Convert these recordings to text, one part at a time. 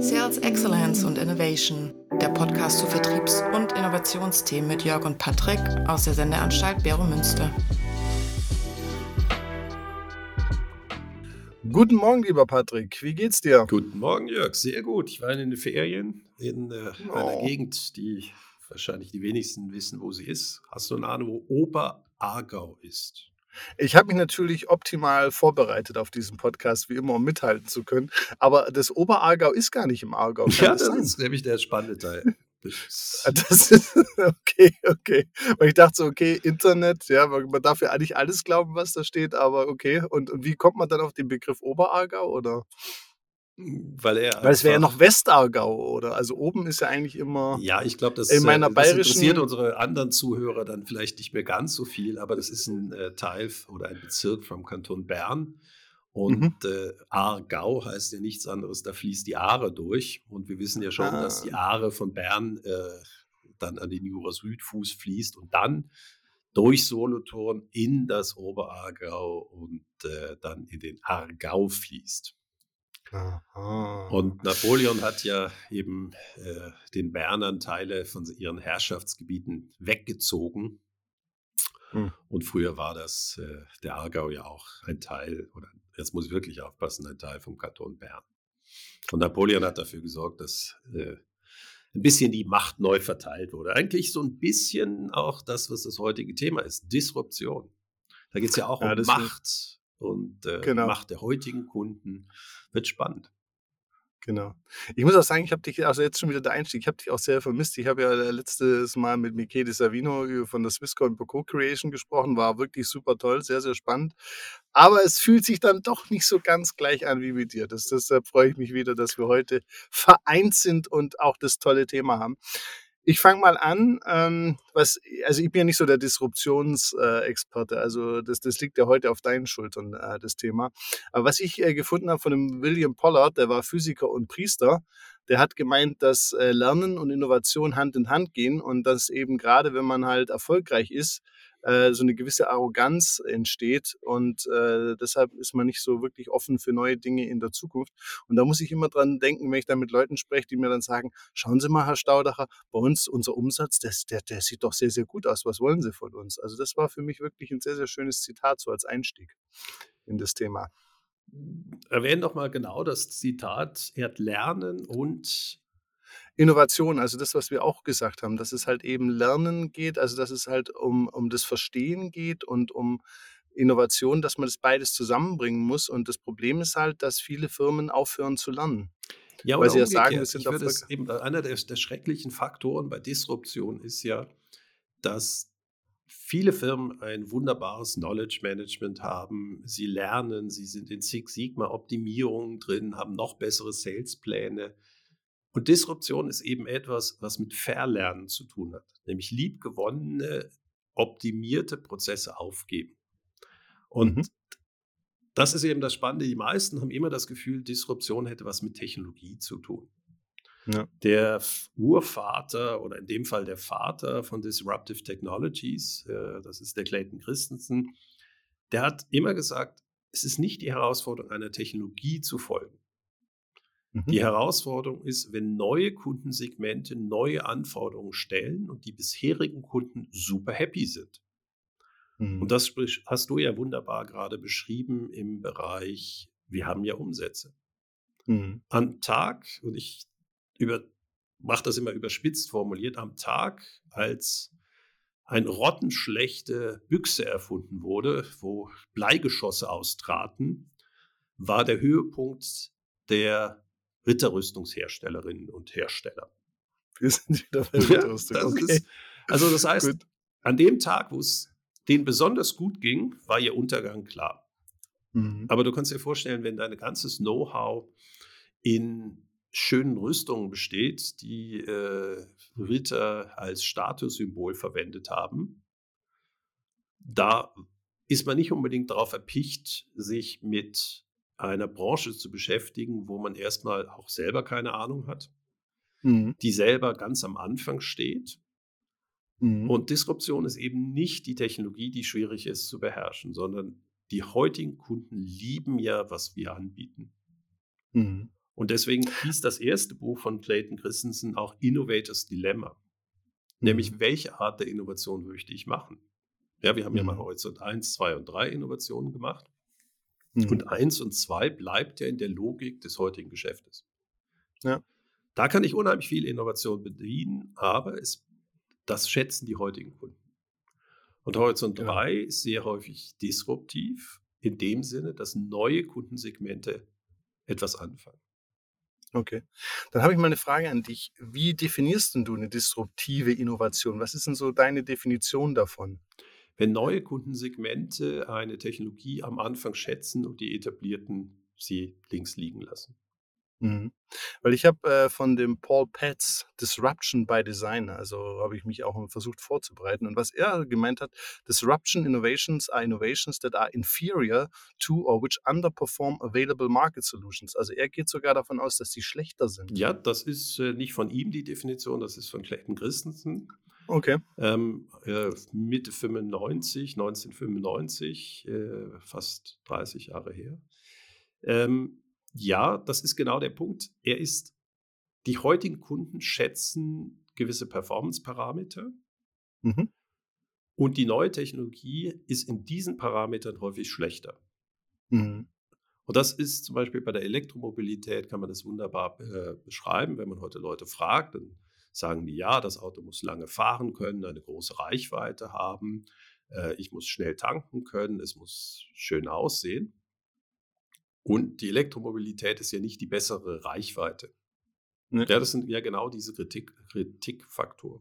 Sales Excellence und Innovation, der Podcast zu Vertriebs- und Innovationsthemen mit Jörg und Patrick aus der Sendeanstalt Bero-Münster. Guten Morgen, lieber Patrick. Wie geht's dir? Guten Morgen, Jörg. Sehr gut. Ich war in den Ferien in einer Gegend, die wahrscheinlich die wenigsten wissen, wo sie ist. Hast du eine Ahnung, wo Oberaargau ist? Ich habe mich natürlich optimal vorbereitet auf diesen Podcast, wie immer, um mithalten zu können. Aber das Oberaargau ist gar nicht im Aargau. Kann das sein? Ist nämlich der spannende Teil. Das ist okay. Weil ich dachte so, okay, Internet, ja, man darf ja eigentlich alles glauben, was da steht, aber okay. Und wie kommt man dann auf den Begriff Oberaargau, oder? Weil es wäre ja noch Westaargau, oder? Also oben ist ja eigentlich immer Ja, ich glaube, in meiner das bayerischen. interessiert unsere anderen Zuhörer dann vielleicht nicht mehr ganz so viel, aber das ist ein Teil oder ein Bezirk vom Kanton Bern. Und Aargau heißt ja nichts anderes, da fließt die Aare durch. Und wir wissen ja schon, dass die Aare von Bern dann an den Jura-Südfuß fließt und dann durch Solothurn in das Oberaargau und dann in den Aargau fließt. Aha. Und Napoleon hat ja eben den Bernern Teile von ihren Herrschaftsgebieten weggezogen. Und früher war das der Aargau ja auch ein Teil, oder jetzt muss ich wirklich aufpassen, ein Teil vom Kanton Bern. Und Napoleon hat dafür gesorgt, dass ein bisschen die Macht neu verteilt wurde. Eigentlich so ein bisschen auch das, was das heutige Thema ist, Disruption. Da geht es ja auch um Macht und Genau. Macht der heutigen Kunden. Wird spannend. Genau. Ich muss auch sagen, ich habe dich, also jetzt schon wieder der Einstieg, ich habe dich auch sehr vermisst. Ich habe ja letztes Mal mit Michele Savino von der Swisscom Co-Creation gesprochen, war wirklich super toll, sehr, sehr spannend. Aber es fühlt sich dann doch nicht so ganz gleich an wie mit dir. Deshalb freue ich mich wieder, dass wir heute vereint sind und auch das tolle Thema haben. Ich fange mal an, also ich bin ja nicht so der Disruptionsexperte, also das liegt ja heute auf deinen Schultern, das Thema. Aber was ich gefunden habe von dem William Pollard, der war Physiker und Priester, der hat gemeint, dass Lernen und Innovation Hand in Hand gehen und dass eben gerade, wenn man halt erfolgreich ist, so eine gewisse Arroganz entsteht und deshalb ist man nicht so wirklich offen für neue Dinge in der Zukunft. Und da muss ich immer dran denken, wenn ich dann mit Leuten spreche, die mir dann sagen, schauen Sie mal, Herr Staudacher, bei uns, unser Umsatz, der sieht doch sehr, sehr gut aus. Was wollen Sie von uns? Also das war für mich wirklich ein sehr, sehr schönes Zitat so als Einstieg in das Thema. Erwähnen doch mal genau das Zitat, er hat Lernen und Innovation, also das, was wir auch gesagt haben, dass es halt eben Lernen geht, also dass es halt um das Verstehen geht und um Innovation, dass man das beides zusammenbringen muss. Und das Problem ist halt, dass viele Firmen aufhören zu lernen. Ja, Weil oder sie ja sagen, wir umgekehrt. sind Ich würde erfolgreich. es eben, einer der schrecklichen Faktoren bei Disruption ist ja, dass viele Firmen ein wunderbares Knowledge Management haben. Sie lernen, sie sind in Six Sigma Optimierungen drin, haben noch bessere Salespläne. Und Disruption ist eben etwas, was mit Verlernen zu tun hat, nämlich liebgewonnene, optimierte Prozesse aufgeben. Und das ist eben das Spannende. Die meisten haben immer das Gefühl, Disruption hätte was mit Technologie zu tun. Ja. Der Urvater oder in dem Fall der Vater von Disruptive Technologies, das ist der Clayton Christensen, der hat immer gesagt, es ist nicht die Herausforderung, einer Technologie zu folgen. Die Herausforderung ist, wenn neue Kundensegmente neue Anforderungen stellen und die bisherigen Kunden super happy sind. Und das hast du ja wunderbar gerade beschrieben im Bereich, wir haben ja Umsätze. Am Tag, und ich mache das immer überspitzt formuliert, am Tag, als eine rottenschlechte Büchse erfunden wurde, wo Bleigeschosse austraten, war der Höhepunkt der Ritterrüstungsherstellerinnen und Hersteller. Wir sind wieder bei Ritterrüstung, okay. Das heißt, Gut. An dem Tag, wo es denen besonders gut ging, war ihr Untergang klar. Aber du kannst dir vorstellen, wenn dein ganzes Know-how in schönen Rüstungen besteht, die Ritter als Statussymbol verwendet haben, da ist man nicht unbedingt darauf erpicht, sich mit einer Branche zu beschäftigen, wo man erstmal auch selber keine Ahnung hat, die selber ganz am Anfang steht. Und Disruption ist eben nicht die Technologie, die schwierig ist zu beherrschen, sondern die heutigen Kunden lieben ja, was wir anbieten. Und deswegen hieß das erste Buch von Clayton Christensen auch Innovators Dilemma. Nämlich, welche Art der Innovation möchte ich machen? Ja, wir haben ja mal Horizont 1, 2 und 3 Innovationen gemacht. Und 1 und 2 bleibt ja in der Logik des heutigen Geschäftes. Ja. Da kann ich unheimlich viel Innovation bedienen, aber das schätzen die heutigen Kunden. Und Horizont 3 ist sehr häufig disruptiv, in dem Sinne, dass neue Kundensegmente etwas anfangen. Okay. Dann habe ich mal eine Frage an dich. Wie definierst denn du eine disruptive Innovation? Was ist denn so deine Definition davon? Wenn neue Kundensegmente eine Technologie am Anfang schätzen und die etablierten sie links liegen lassen. Weil ich habe von dem Paul Petz Disruption by Design, also habe ich mich auch versucht vorzubereiten. Und was er gemeint hat, Disruption Innovations are innovations that are inferior to or which underperform available market solutions. Also er geht sogar davon aus, dass die schlechter sind. Ja, das ist nicht von ihm die Definition, das ist von Clayton Christensen. Okay. Mitte 1995, fast 30 Jahre her. Ja, das ist genau der Punkt. Die heutigen Kunden schätzen gewisse Performance-Parameter und die neue Technologie ist in diesen Parametern häufig schlechter. Und das ist zum Beispiel bei der Elektromobilität, kann man das wunderbar beschreiben. Wenn man heute Leute fragt, dann sagen die, ja, das Auto muss lange fahren können, eine große Reichweite haben, ich muss schnell tanken können, es muss schön aussehen. Und die Elektromobilität ist ja nicht die bessere Reichweite. Ja, das sind ja genau diese Kritikfaktoren.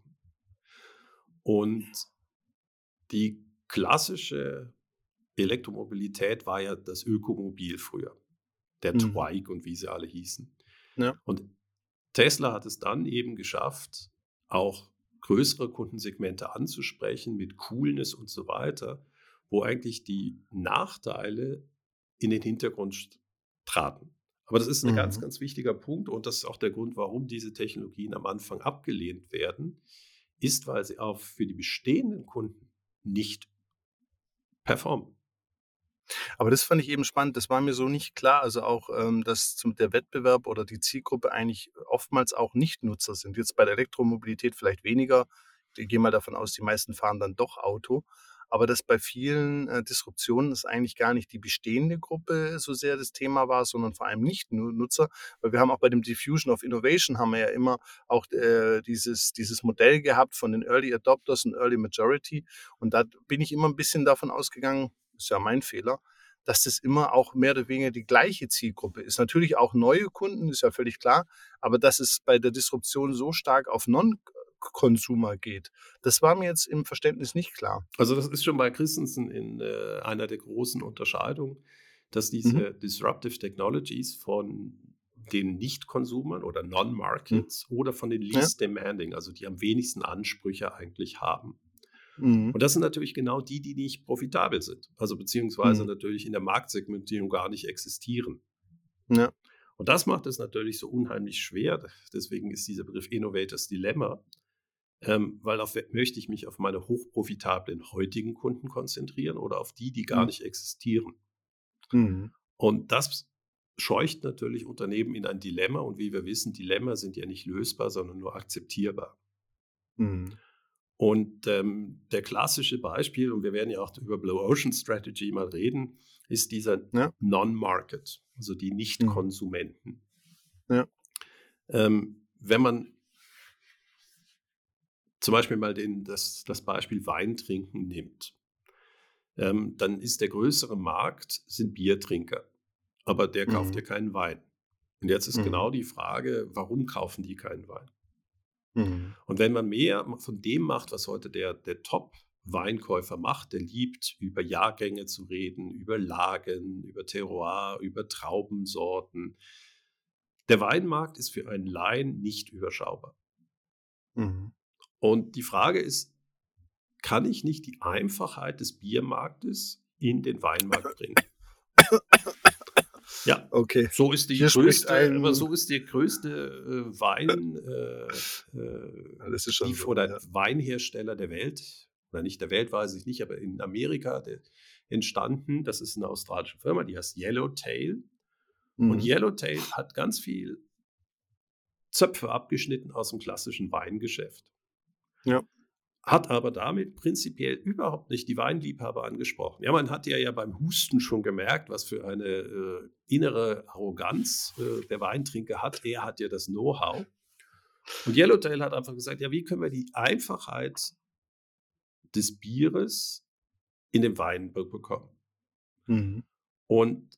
Und die klassische Elektromobilität war ja das Ökomobil früher. Der Twike und wie sie alle hießen. Ja. Und Tesla hat es dann eben geschafft, auch größere Kundensegmente anzusprechen mit Coolness und so weiter, wo eigentlich die Nachteile in den Hintergrund traten. Aber das ist ein ganz, ganz wichtiger Punkt und das ist auch der Grund, warum diese Technologien am Anfang abgelehnt werden, ist, weil sie auch für die bestehenden Kunden nicht performen. Aber das fand ich eben spannend. Das war mir so nicht klar. Also auch, dass der Wettbewerb oder die Zielgruppe eigentlich oftmals auch Nicht-Nutzer sind. Jetzt bei der Elektromobilität vielleicht weniger. Ich gehe mal davon aus, die meisten fahren dann doch Auto. Aber dass bei vielen Disruptionen es eigentlich gar nicht die bestehende Gruppe so sehr das Thema war, sondern vor allem Nicht-Nutzer. Weil wir haben auch bei dem Diffusion of Innovation haben wir ja immer auch dieses Modell gehabt von den Early Adopters und Early Majority. Und da bin ich immer ein bisschen davon ausgegangen, ist ja mein Fehler, dass das immer auch mehr oder weniger die gleiche Zielgruppe ist. Natürlich auch neue Kunden, ist ja völlig klar, aber dass es bei der Disruption so stark auf Non-Consumer geht, das war mir jetzt im Verständnis nicht klar. Also das ist schon bei Christensen in einer der großen Unterscheidungen, dass diese Disruptive Technologies von den Nicht-Konsumern oder Non-Markets oder von den Least Demanding, also die am wenigsten Ansprüche eigentlich haben. Und das sind natürlich genau die nicht profitabel sind, also beziehungsweise natürlich in der Marktsegmentierung gar nicht existieren. Ja. Und das macht es natürlich so unheimlich schwer. Deswegen ist dieser Begriff Innovators Dilemma, weil möchte ich mich auf meine hochprofitablen heutigen Kunden konzentrieren oder auf die gar nicht existieren. Und das scheucht natürlich Unternehmen in ein Dilemma. Und wie wir wissen, Dilemma sind ja nicht lösbar, sondern nur akzeptierbar. Und der klassische Beispiel, und wir werden ja auch über Blue Ocean Strategy mal reden, ist dieser Non-Market, also die Nicht-Konsumenten. Ja. Wenn man zum Beispiel mal das Beispiel Wein trinken nimmt, dann ist der größere Markt, sind Biertrinker, aber der kauft ja keinen Wein. Und jetzt ist genau die Frage, warum kaufen die keinen Wein? Und wenn man mehr von dem macht, was heute der Top-Weinkäufer macht, der liebt, über Jahrgänge zu reden, über Lagen, über Terroir, über Traubensorten. Der Weinmarkt ist für einen Laien nicht überschaubar. Und die Frage ist, kann ich nicht die Einfachheit des Biermarktes in den Weinmarkt bringen? Ja, okay. So ist die größte Wein Weinhersteller der Welt, oder nicht der Welt, weiß ich nicht, aber in Amerika entstanden. Das ist eine australische Firma, die heißt Yellowtail. Und Mhm. Yellowtail hat ganz viel Zöpfe abgeschnitten aus dem klassischen Weingeschäft. Ja. Hat aber damit prinzipiell überhaupt nicht die Weinliebhaber angesprochen. Ja, man hat ja beim Husten schon gemerkt, was für eine innere Arroganz der Weintrinker hat. Er hat ja das Know-how. Und Yellowtail hat einfach gesagt, ja, wie können wir die Einfachheit des Bieres in den Wein bekommen? Mhm. Und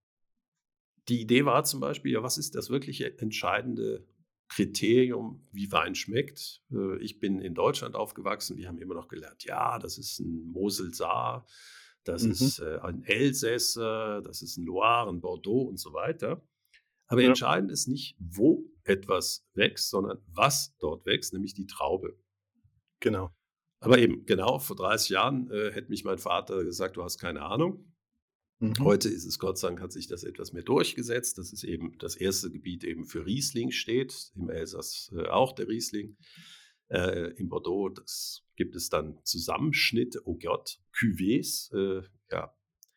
die Idee war zum Beispiel, ja, was ist das wirkliche entscheidende Kriterium, wie Wein schmeckt? Ich bin in Deutschland aufgewachsen, die haben immer noch gelernt, ja, das ist ein Mosel-Saar, das Mhm. ist ein Elsässer, das ist ein Loire, ein Bordeaux und so weiter. Aber Ja. entscheidend ist nicht, wo etwas wächst, sondern was dort wächst, nämlich die Traube. Genau. Aber eben, genau, vor 30 Jahren hätte mich mein Vater gesagt, du hast keine Ahnung. Mhm. Heute ist es, Gott sei Dank, hat sich das etwas mehr durchgesetzt, dass es eben das erste Gebiet eben für Riesling steht, im Elsass auch der Riesling. In Bordeaux gibt es dann Zusammenschnitte, oh Gott, Cuvées, ja,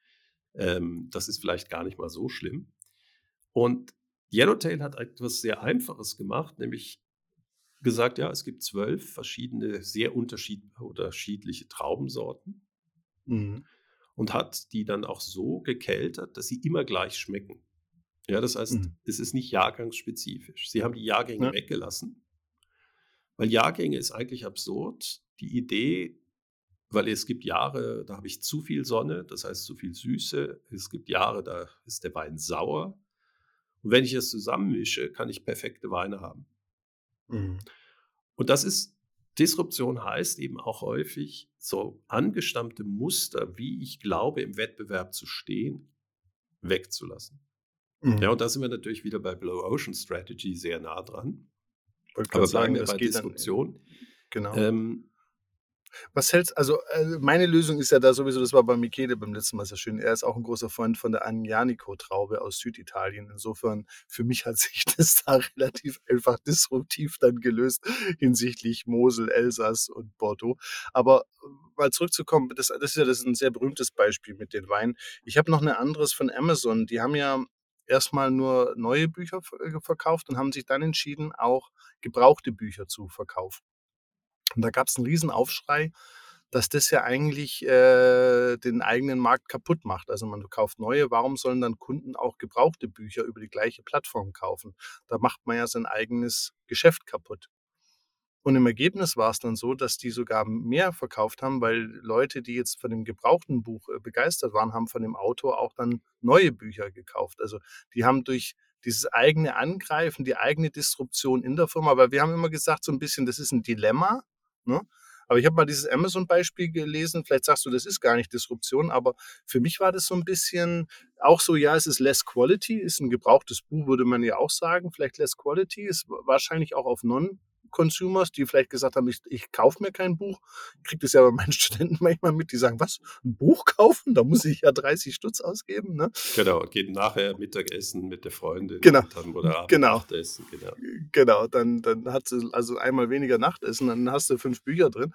das ist vielleicht gar nicht mal so schlimm. Und Yellowtail hat etwas sehr Einfaches gemacht, nämlich gesagt, ja, es gibt 12 verschiedene, sehr unterschiedliche Traubensorten Mhm. und hat die dann auch so gekeltert, dass sie immer gleich schmecken. Ja, das heißt, Mhm. es ist nicht jahrgangsspezifisch. Sie haben die Jahrgänge Ja. weggelassen, weil Jahrgänge ist eigentlich absurd. Die Idee, weil es gibt Jahre, da habe ich zu viel Sonne, das heißt zu viel Süße. Es gibt Jahre, da ist der Wein sauer. Und wenn ich es zusammenmische, kann ich perfekte Weine haben. Mhm. Und das ist, Disruption heißt eben auch häufig, so angestammte Muster, wie ich glaube, im Wettbewerb zu stehen, wegzulassen. Ja, Mhm. und da sind wir natürlich wieder bei Blue Ocean Strategy sehr nah dran. Wollte gerade Aber bleiben sagen, wir das bei geht dann Disruption. genau. Ähm, Was hältst also, meine Lösung ist ja da sowieso, das war bei Michele beim letzten Mal sehr schön. Er ist auch ein großer Freund von der Agnanico-Traube aus Süditalien. Insofern, für mich hat sich das da relativ einfach disruptiv dann gelöst hinsichtlich Mosel, Elsass und Bordeaux. Aber mal zurückzukommen, das ist ja ein sehr berühmtes Beispiel mit den Weinen. Ich habe noch 'ne anderes von Amazon. Die haben ja erstmal nur neue Bücher verkauft und haben sich dann entschieden, auch gebrauchte Bücher zu verkaufen. Und da gab es 'n Riesenaufschrei, dass das ja eigentlich, den eigenen Markt kaputt macht. Also, man kauft neue, warum sollen dann Kunden auch gebrauchte Bücher über die gleiche Plattform kaufen? Da macht man ja sein eigenes Geschäft kaputt. Und im Ergebnis war es dann so, dass die sogar mehr verkauft haben, weil Leute, die jetzt von dem gebrauchten Buch, begeistert waren, haben von dem Autor auch dann neue Bücher gekauft. Also, die haben durch dieses eigene Angreifen, die eigene Disruption in der Firma, weil wir haben immer gesagt so ein bisschen, das ist ein Dilemma, ne? Aber ich habe mal dieses Amazon-Beispiel gelesen, vielleicht sagst du, das ist gar nicht Disruption, aber für mich war das so ein bisschen auch so, ja, es ist less quality, ist ein gebrauchtes Buch, würde man ja auch sagen, vielleicht less quality, ist wahrscheinlich auch auf Consumers, die vielleicht gesagt haben, ich kaufe mir kein Buch. Ich kriege das ja bei meinen Studenten manchmal mit, die sagen: „Was, ein Buch kaufen? Da muss ich ja 30 Stutz ausgeben", ne? genau, geht nachher Mittagessen mit der Freundin Genau, und dann oder Abend genau, Nachtessen, genau. genau. Dann hat sie also einmal weniger Nachtessen, dann hast du 5 Bücher drin.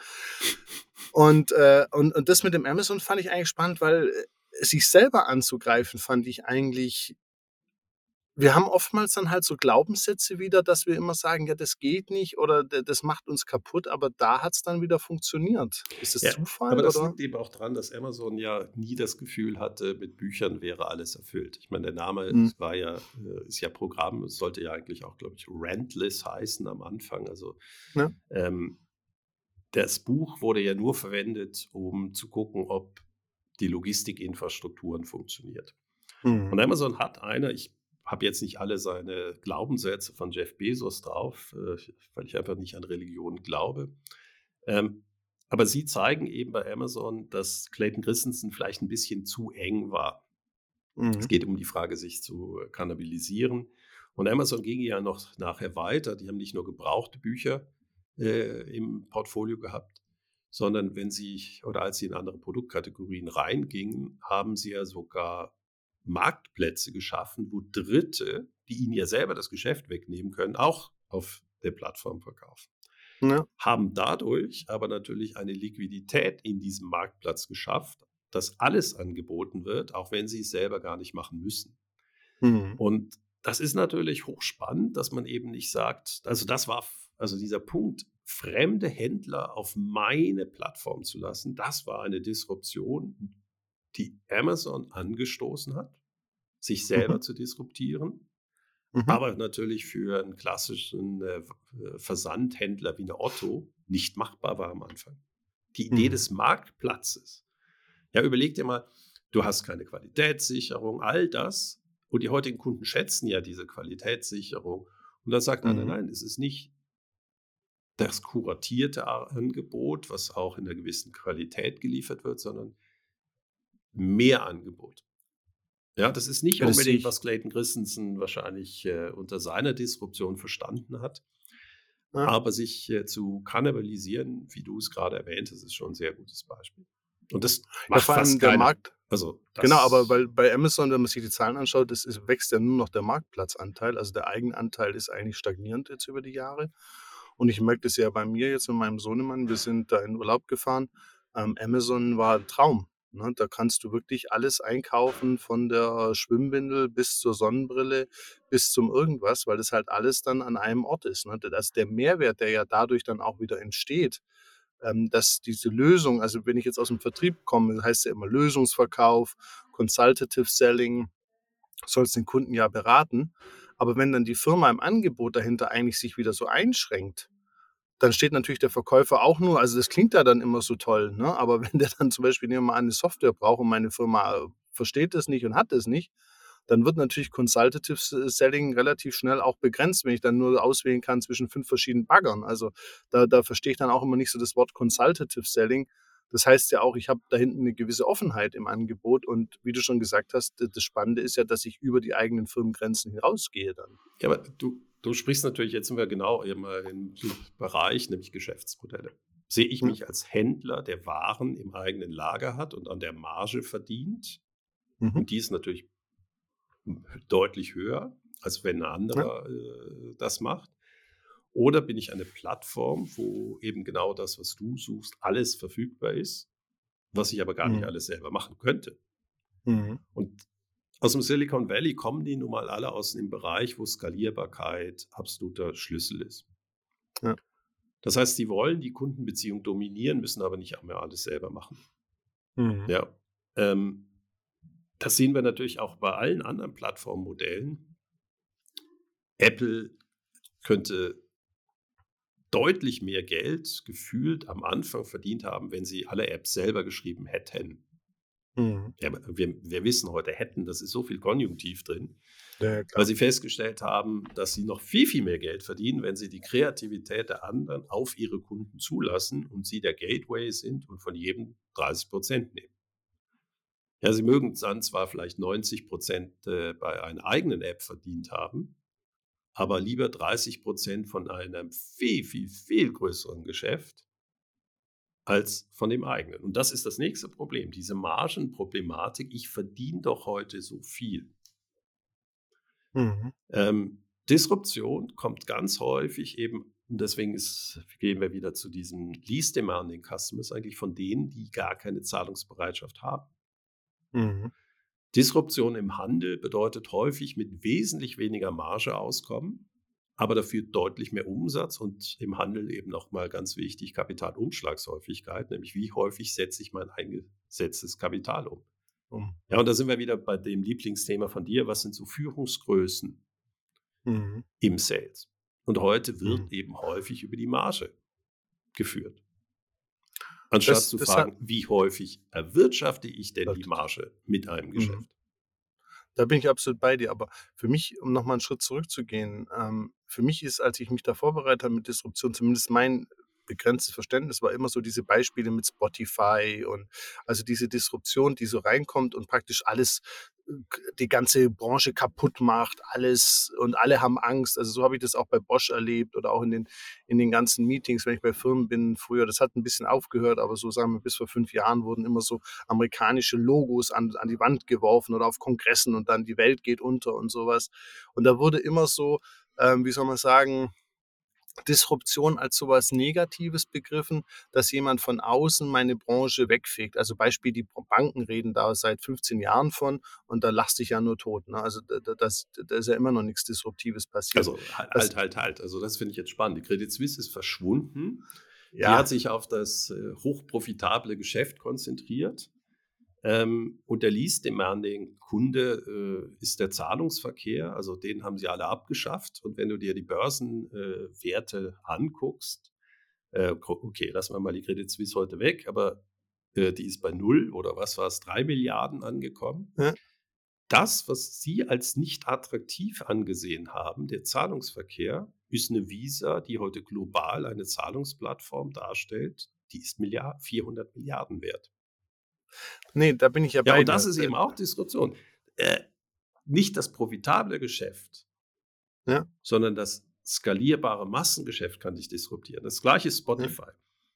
Und das mit dem Amazon fand ich eigentlich spannend, weil, sich selber anzugreifen, fand ich eigentlich. Wir haben oftmals dann halt so Glaubenssätze wieder, dass wir immer sagen: „Ja, das geht nicht" oder das macht uns kaputt", aber da hat's dann wieder funktioniert. Ist das Ja, aber Zufall das oder? liegt eben auch dran, dass Amazon ja nie das Gefühl hatte, mit Büchern wäre alles erfüllt. Ich meine, der Name Mhm. war ja, ist ja Programm, es sollte ja eigentlich auch, glaube ich, Rentless heißen am Anfang. Also Ja. ähm, das Buch wurde ja nur verwendet, um zu gucken, ob die Logistikinfrastrukturen funktioniert. Und Mhm. Amazon hat ich habe jetzt nicht alle seine Glaubenssätze von Jeff Bezos drauf, weil ich einfach nicht an Religion glaube. Ähm, aber sie zeigen eben bei Amazon, dass Clayton Christensen vielleicht ein bisschen zu eng war. Es Mhm. geht um die Frage, sich zu kannibalisieren. Und Amazon ging ja noch nachher weiter. Die haben nicht nur gebrauchte Bücher im Portfolio gehabt, sondern wenn sie oder als sie in andere Produktkategorien reingingen, haben sie ja sogar Marktplätze geschaffen, wo Dritte, die ihnen ja selber das Geschäft wegnehmen können, auch auf der Plattform verkaufen. Ja. Haben dadurch aber natürlich eine Liquidität in diesem Marktplatz geschafft, dass alles angeboten wird, auch wenn sie es selber gar nicht machen müssen. Mhm. Und das ist natürlich hochspannend, dass man eben nicht sagt, also dieser Punkt, fremde Händler auf meine Plattform zu lassen, das war eine Disruption, die Amazon angestoßen hat, sich Mhm. selber zu disruptieren, Mhm. aber natürlich für einen klassischen Versandhändler wie eine Otto nicht machbar war am Anfang. Die Idee Mhm. des Marktplatzes. Ja, überleg dir mal, du hast keine Qualitätssicherung, all das. Und die heutigen Kunden schätzen ja diese Qualitätssicherung. Und dann sagt einer, Mhm. nein, es ist nicht das kuratierte Angebot, was auch in einer gewissen Qualität geliefert wird, sondern mehr Angebot. Ja, das ist nicht Ja, das sehe unbedingt, ich. was Clayton Christensen wahrscheinlich unter seiner Disruption verstanden hat. Ja. Aber sich zu kannibalisieren, wie du es gerade erwähnt hast, ist schon ein sehr gutes Beispiel. Und das Ja, macht vor allem fast der keiner. Markt. Also Genau, aber das, weil bei Amazon, wenn man sich die Zahlen anschaut, wächst ja nur noch der Marktplatzanteil. Also der Eigenanteil ist eigentlich stagnierend jetzt über die Jahre. Und ich merke das ja bei mir jetzt mit meinem Sohnemann. Wir sind da in Urlaub gefahren. Amazon war ein Traum. Ne? Da kannst du wirklich alles einkaufen, von der Schwimmbindel bis zur Sonnenbrille, bis zum irgendwas, weil das halt alles dann an einem Ort ist. Ne? Das, der Mehrwert, der ja dadurch dann auch wieder entsteht, dass diese Lösung, also wenn ich jetzt aus dem Vertrieb komme, das heißt ja immer Lösungsverkauf, Consultative Selling, sollst den Kunden ja beraten. Aber wenn dann die Firma im Angebot dahinter eigentlich sich wieder so einschränkt, dann steht natürlich der Verkäufer auch nur, also das klingt ja dann immer so toll, ne? Aber wenn der dann zum Beispiel, nehmen wir mal an, eine Software braucht und meine Firma versteht das nicht und hat das nicht, dann wird natürlich Consultative Selling relativ schnell auch begrenzt, wenn ich dann nur auswählen kann zwischen 5 verschiedenen Baggern. Also da verstehe ich dann auch immer nicht so das Wort Consultative Selling. Das heißt ja auch, ich habe da hinten eine gewisse Offenheit im Angebot und wie du schon gesagt hast, das Spannende ist ja, dass ich über die eigenen Firmengrenzen hinausgehe dann. ja, aber du sprichst natürlich, jetzt sind wir genau im Bereich, nämlich Geschäftsmodelle. Sehe ich Ja. mich als Händler, der Waren im eigenen Lager hat und an der Marge verdient? Mhm. Und die ist natürlich deutlich höher, als wenn ein Ja. anderer das macht. Oder bin ich eine Plattform, wo eben genau das, was du suchst, alles verfügbar ist, was ich aber gar nicht Mhm. alles selber machen könnte. Mhm. Und aus dem Silicon Valley kommen die nun mal alle aus dem Bereich, wo Skalierbarkeit absoluter Schlüssel ist. Ja. Das heißt, sie wollen die Kundenbeziehung dominieren, müssen aber nicht mehr alles selber machen. Mhm. Ja. Ähm, Das sehen wir natürlich auch bei allen anderen Plattformmodellen. Apple könnte deutlich mehr Geld gefühlt am Anfang verdient haben, wenn sie alle Apps selber geschrieben hätten. Mhm. Ja, aber wir wissen heute hätten, das ist so viel Konjunktiv drin, Ja, ja, weil klar. sie festgestellt haben, dass sie noch viel, viel mehr Geld verdienen, wenn sie die Kreativität der anderen auf ihre Kunden zulassen und sie der Gateway sind und von jedem 30% nehmen. Ja, sie mögen dann zwar vielleicht 90% bei einer eigenen App verdient haben, aber lieber 30% von einem viel, viel, viel größeren Geschäft als von dem eigenen. Und das ist das nächste Problem, diese Margenproblematik. Ich verdiene doch heute so viel. Mhm. Disruption kommt ganz häufig eben, und deswegen gehen wir wieder zu diesen Least Demanding Customers, eigentlich von denen, die gar keine Zahlungsbereitschaft haben. Mhm. Disruption im Handel bedeutet häufig mit wesentlich weniger Marge auskommen, aber dafür deutlich mehr Umsatz und im Handel eben nochmal ganz wichtig Kapitalumschlagshäufigkeit, nämlich wie häufig setze ich mein eingesetztes Kapital um. Um. Ja, und da sind wir wieder bei dem Lieblingsthema von dir, was sind so Führungsgrößen Mhm. im Sales? Und heute Mhm. wird eben häufig über die Marge geführt, anstatt Das zu das hat fragen, wie häufig erwirtschafte ich denn die Marge mit einem Mhm. Geschäft? Da bin ich absolut bei dir. Aber für mich, um noch mal 'n Schritt zurückzugehen, für mich ist, als ich mich da vorbereitet habe mit Disruption, zumindest mein begrenztes Verständnis war immer so diese Beispiele mit Spotify und also diese Disruption, die so reinkommt und praktisch alles die ganze Branche kaputt macht, alles und alle haben Angst. Also, so habe ich das auch bei Bosch erlebt oder auch in den ganzen Meetings, wenn ich bei Firmen bin früher. Das hat ein bisschen aufgehört, aber so sagen wir, bis vor 5 Jahren wurden immer so amerikanische Logos an die Wand geworfen oder auf Kongressen und dann die Welt geht unter und sowas. Und da wurde immer so, wie soll man sagen, Disruption als sowas Negatives begriffen, dass jemand von außen meine Branche wegfegt. Also Beispiel, die Banken reden da seit 15 Jahren von und da lachst dich ja nur tot. Ne? Also da ist ja immer noch nichts Disruptives passiert. Also Das, halt. Also das finde ich jetzt spannend. Die Credit Suisse ist verschwunden. Die hat ja, sich auf das hochprofitable Geschäft konzentriert. Und der Least Demanding Kunde ist der Zahlungsverkehr. Also den haben sie alle abgeschafft. Und wenn du dir die Börsenwerte anguckst, okay, lassen wir mal die Credit Suisse heute weg, aber die ist bei 0 oder was war es, 3 Milliarden angekommen. ja, Das, was Sie als nicht attraktiv angesehen haben, der Zahlungsverkehr, ist eine Visa, die heute global eine Zahlungsplattform darstellt, die ist 400 Milliarden wert. nee, da bin ich ja Ja, bei und das dir. ist eben auch Disruption. Nicht das profitable Geschäft, Ja, sondern das skalierbare Massengeschäft kann dich disruptieren. Das gleiche ist ja. Spotify.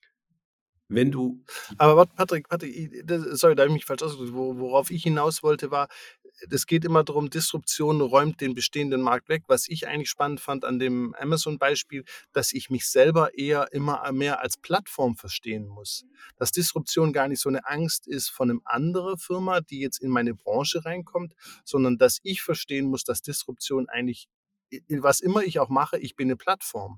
Wenn du die Aber warte, Patrick, sorry, da habe ich mich falsch ausgedrückt. Worauf ich hinaus wollte, war, es geht immer darum, Disruption räumt den bestehenden Markt weg. Was ich eigentlich spannend fand an dem Amazon-Beispiel, dass ich mich selber eher immer mehr als Plattform verstehen muss. Dass Disruption gar nicht so eine Angst ist von einer anderen Firma, die jetzt in meine Branche reinkommt, sondern dass ich verstehen muss, dass Disruption eigentlich, was immer ich auch mache, ich bin eine Plattform.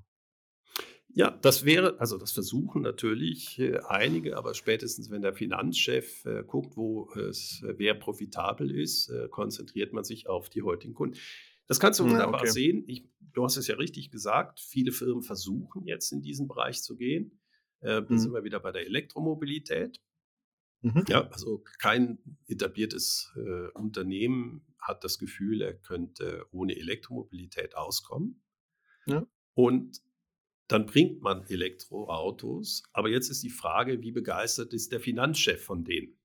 Ja, also das versuchen natürlich einige, aber spätestens wenn der Finanzchef guckt, wer profitabel ist, konzentriert man sich auf die heutigen Kunden. Das kannst du Ja, wunderbar okay. sehen. Du hast es ja richtig gesagt, viele Firmen versuchen jetzt in diesen Bereich zu gehen. Da sind Mhm. wir wieder bei der Elektromobilität. Mhm. Ja, also kein etabliertes Unternehmen hat das Gefühl, er könnte ohne Elektromobilität auskommen. Ja. Und dann bringt man Elektroautos, aber jetzt ist die Frage, wie begeistert ist der Finanzchef von denen?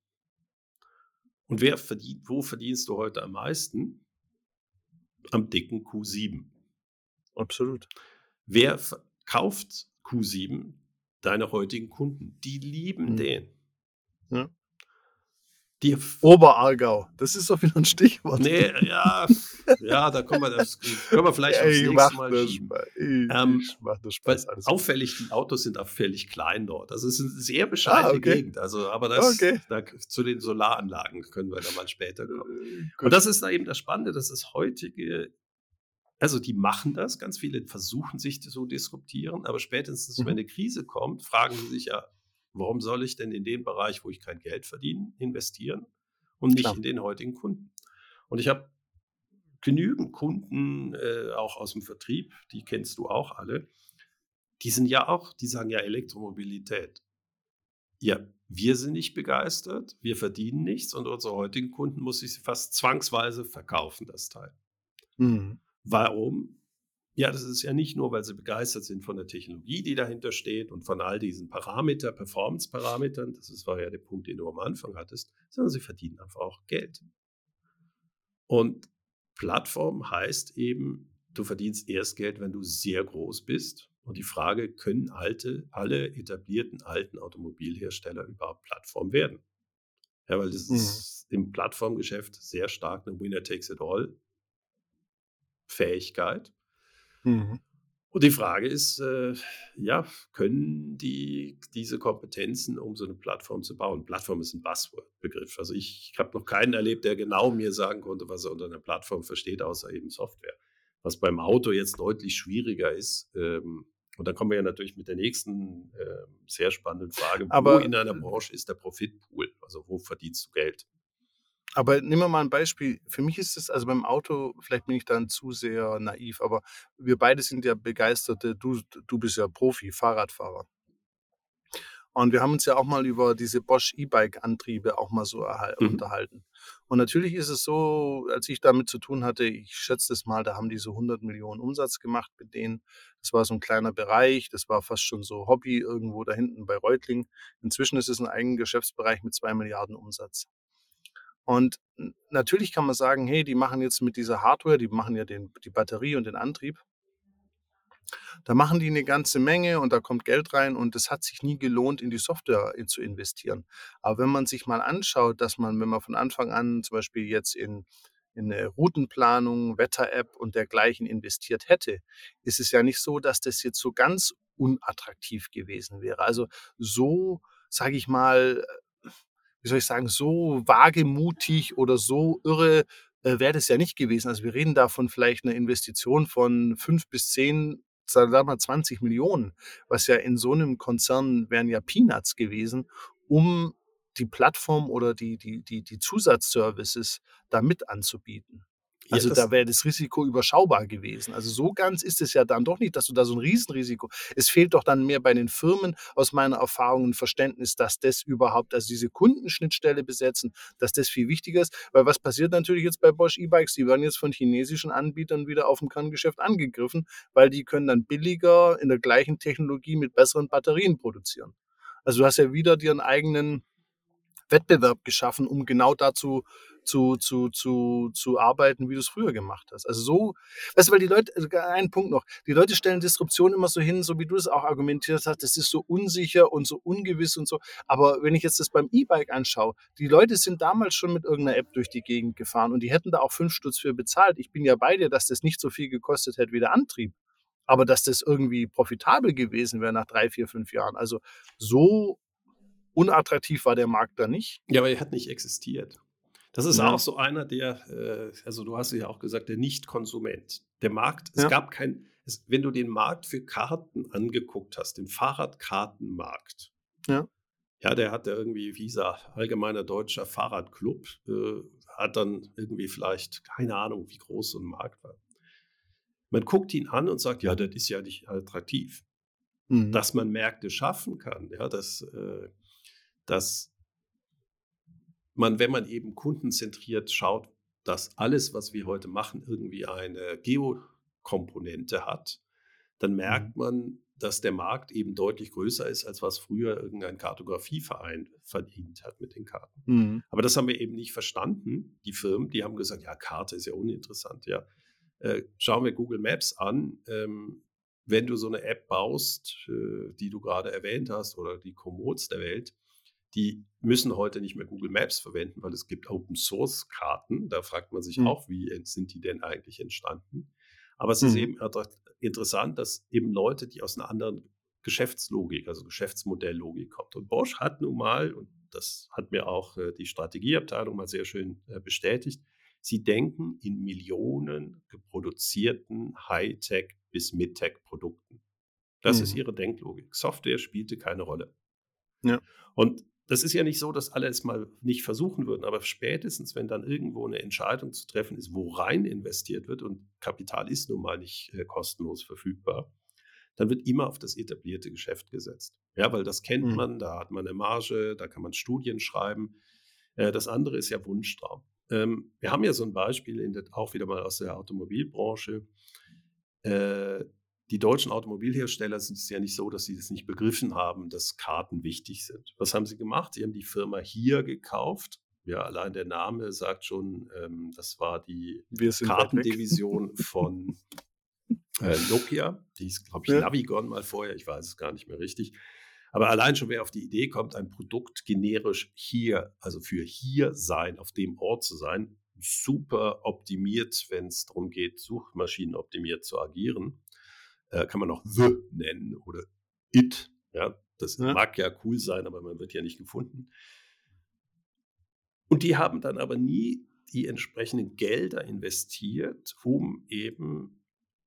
Und wo verdienst du heute am meisten? Am dicken Q7. Absolut. Wer kauft Q7? Deine heutigen Kunden. Die lieben Mhm. den. Ja. Die, Oberaargau, das ist doch wieder ein Stichwort. nee, ja, das können wir vielleicht aufs Ich nächste mach Mal nur schieben. Spaß. Ich mach nur Spaß. Weil Alles gut. auffällig, die Autos sind auffällig klein dort. Also es ist eine sehr Ah, bescheidene okay. Gegend. Also, aber Okay. zu den Solaranlagen können wir dann mal später kommen. Und Gut. das ist da eben das Spannende, dass das heutige, also die machen das, ganz viele versuchen sich zu disruptieren, aber spätestens, wenn Mhm. eine Krise kommt, fragen sie sich ja, warum soll ich denn in den Bereich, wo ich kein Geld verdiene, investieren und nicht Klar. in den heutigen Kunden? Und ich habe genügend Kunden, auch aus dem Vertrieb, die kennst du auch alle, die sagen ja Elektromobilität. Ja, wir sind nicht begeistert, wir verdienen nichts und unsere heutigen Kunden muss ich fast zwangsweise verkaufen, das Teil. Mhm. Warum? Ja, das ist ja nicht nur, weil sie begeistert sind von der Technologie, die dahinter steht und von all diesen Performance-Parametern, war ja der Punkt, den du am Anfang hattest, sondern sie verdienen einfach auch Geld. Und Plattform heißt eben, du verdienst erst Geld, wenn du sehr groß bist. Und die Frage, können alle etablierten alten Automobilhersteller überhaupt Plattform werden? Ja, weil das Mhm. ist im Plattformgeschäft sehr stark eine Winner-takes-it-all-Fähigkeit. Mhm. Und die Frage ist, ja, können die diese Kompetenzen, um so eine Plattform zu bauen? Plattform ist ein Buzzword-Begriff. Also ich habe noch keinen erlebt, der genau mir sagen konnte, was er unter einer Plattform versteht, außer eben Software. Was beim Auto jetzt deutlich schwieriger ist. Und dann kommen wir ja natürlich mit der nächsten sehr spannenden Frage, wo Aber, in einer Branche ist der Profitpool? Also wo verdienst du Geld? aber nehmen wir mal ein Beispiel. Für mich ist es, also beim Auto, vielleicht bin ich dann zu sehr naiv, aber wir beide sind ja begeisterte, du bist ja Profi, Fahrradfahrer. Und wir haben uns ja auch mal über diese Bosch E-Bike-Antriebe auch mal so Mhm. unterhalten. Und natürlich ist es so, als ich damit zu tun hatte, ich schätze es mal, da haben die so 100 Millionen Umsatz gemacht mit denen. Das war so ein kleiner Bereich, das war fast schon so Hobby irgendwo da hinten bei Reutlingen. Inzwischen ist es ein eigener Geschäftsbereich mit 2 Milliarden Umsatz. Und natürlich kann man sagen, hey, die machen jetzt mit dieser Hardware, die machen ja die Batterie und den Antrieb. Da machen die eine ganze Menge und da kommt Geld rein und es hat sich nie gelohnt, in die Software zu investieren. Aber wenn man sich mal anschaut, dass man, wenn man von Anfang an zum Beispiel jetzt in in eine Routenplanung, Wetter-App und dergleichen investiert hätte, ist es ja nicht so, dass das jetzt so ganz unattraktiv gewesen wäre. Also so, sage ich mal, wie soll ich sagen, so wagemutig oder so irre wäre das ja nicht gewesen. Also wir reden da von vielleicht einer Investition von 5 bis 10, sagen wir mal 20 Millionen, was ja in so einem Konzern wären ja Peanuts gewesen, um die Plattform oder die Zusatzservices da mit anzubieten. Ja, Also da das, wäre das Risiko überschaubar gewesen. Also so ganz ist es ja dann doch nicht, dass du da so ein Riesenrisiko, es fehlt doch dann mehr bei den Firmen aus meiner Erfahrung ein Verständnis, dass das überhaupt, also diese Kundenschnittstelle besetzen, dass das viel wichtiger ist. Weil was passiert natürlich jetzt bei Bosch E-Bikes? Die werden jetzt von chinesischen Anbietern wieder auf dem Kerngeschäft angegriffen, weil die können dann billiger in der gleichen Technologie mit besseren Batterien produzieren. Also du hast ja wieder dir einen eigenen Wettbewerb geschaffen, um genau dazu zu arbeiten, wie du es früher gemacht hast. Also so, weißt du, weil die Leute, also einen Punkt noch, die Leute stellen Disruption immer so hin, so wie du es auch argumentiert hast, das ist so unsicher und so ungewiss und so. Aber wenn ich jetzt das beim E-Bike anschaue, die Leute sind damals schon mit irgendeiner App durch die Gegend gefahren und die hätten da auch 5 Stutz für bezahlt. Ich bin ja bei dir, dass das nicht so viel gekostet hätte wie der Antrieb. Aber dass das irgendwie profitabel gewesen wäre nach 3, 4, 5 Jahren. Also so unattraktiv war der Markt da nicht. ja, aber er hat nicht existiert. Das ist auch Ja, so einer, also du hast ja auch gesagt, der Nicht-Konsument. Der Markt, es ja, gab wenn du den Markt für Karten angeguckt hast, den Fahrradkartenmarkt, ja. ja, der hat ja irgendwie, wie gesagt, Allgemeiner Deutscher Fahrradclub, hat dann irgendwie vielleicht, keine Ahnung, wie groß so ein Markt war. Man guckt ihn an und sagt, ja, das ist ja nicht attraktiv. Mhm. Dass man Märkte schaffen kann, ja, dass man, wenn man eben kundenzentriert schaut, dass alles, was wir heute machen, irgendwie eine Geokomponente hat, dann Mhm. merkt man, dass der Markt eben deutlich größer ist, als was früher irgendein Kartografieverein verdient hat mit den Karten. Mhm. Aber das haben wir eben nicht verstanden. Die Firmen, die haben gesagt, ja, Karte ist ja uninteressant. Ja, schauen wir Google Maps an. Wenn du so eine App baust, die du gerade erwähnt hast, oder die Komods der Welt, die müssen heute nicht mehr Google Maps verwenden, weil es gibt Open-Source-Karten. Da fragt man sich Mhm. auch, wie sind die denn eigentlich entstanden? Aber es ist Mhm. eben interessant, dass eben Leute, die aus einer anderen Geschäftslogik, also Geschäftsmodelllogik kommen. Und Bosch hat nun mal, und das hat mir auch die Strategieabteilung mal sehr schön bestätigt, sie denken in Millionen geproduzierten Hightech- bis Mid-Tech-Produkten. Das ist Mhm. ihre Denklogik. Software spielte keine Rolle. Ja. Und das ist ja nicht so, dass alle es mal nicht versuchen würden, aber spätestens, wenn dann irgendwo eine Entscheidung zu treffen ist, wo rein investiert wird, und Kapital ist nun mal nicht kostenlos verfügbar, dann wird immer auf das etablierte Geschäft gesetzt. Ja, weil das kennt Mhm. man, da hat man eine Marge, da kann man Studien schreiben. Das andere ist ja Wunschtraum. Wir haben ja so ein Beispiel auch wieder mal aus der Automobilbranche. Äh, Die deutschen Automobilhersteller sind es ja nicht so, dass sie das nicht begriffen haben, dass Karten wichtig sind. Was haben sie gemacht? Sie haben die Firma HIAR gekauft. Ja, allein der Name sagt schon, das war die Wir sind weit weg. Kartendivision von Nokia. Die ist, glaube ich, Ja. Navigon mal vorher, ich weiß es gar nicht mehr richtig. Aber allein schon, wer auf die Idee kommt, ein Produkt generisch hier, also für hier sein, auf dem Ort zu sein, super optimiert, wenn es darum geht, Suchmaschinen optimiert zu agieren, kann man auch The nennen oder It. Ja, das Ja. mag ja cool sein, aber man wird ja nicht gefunden. Und die haben dann aber nie die entsprechenden Gelder investiert, um eben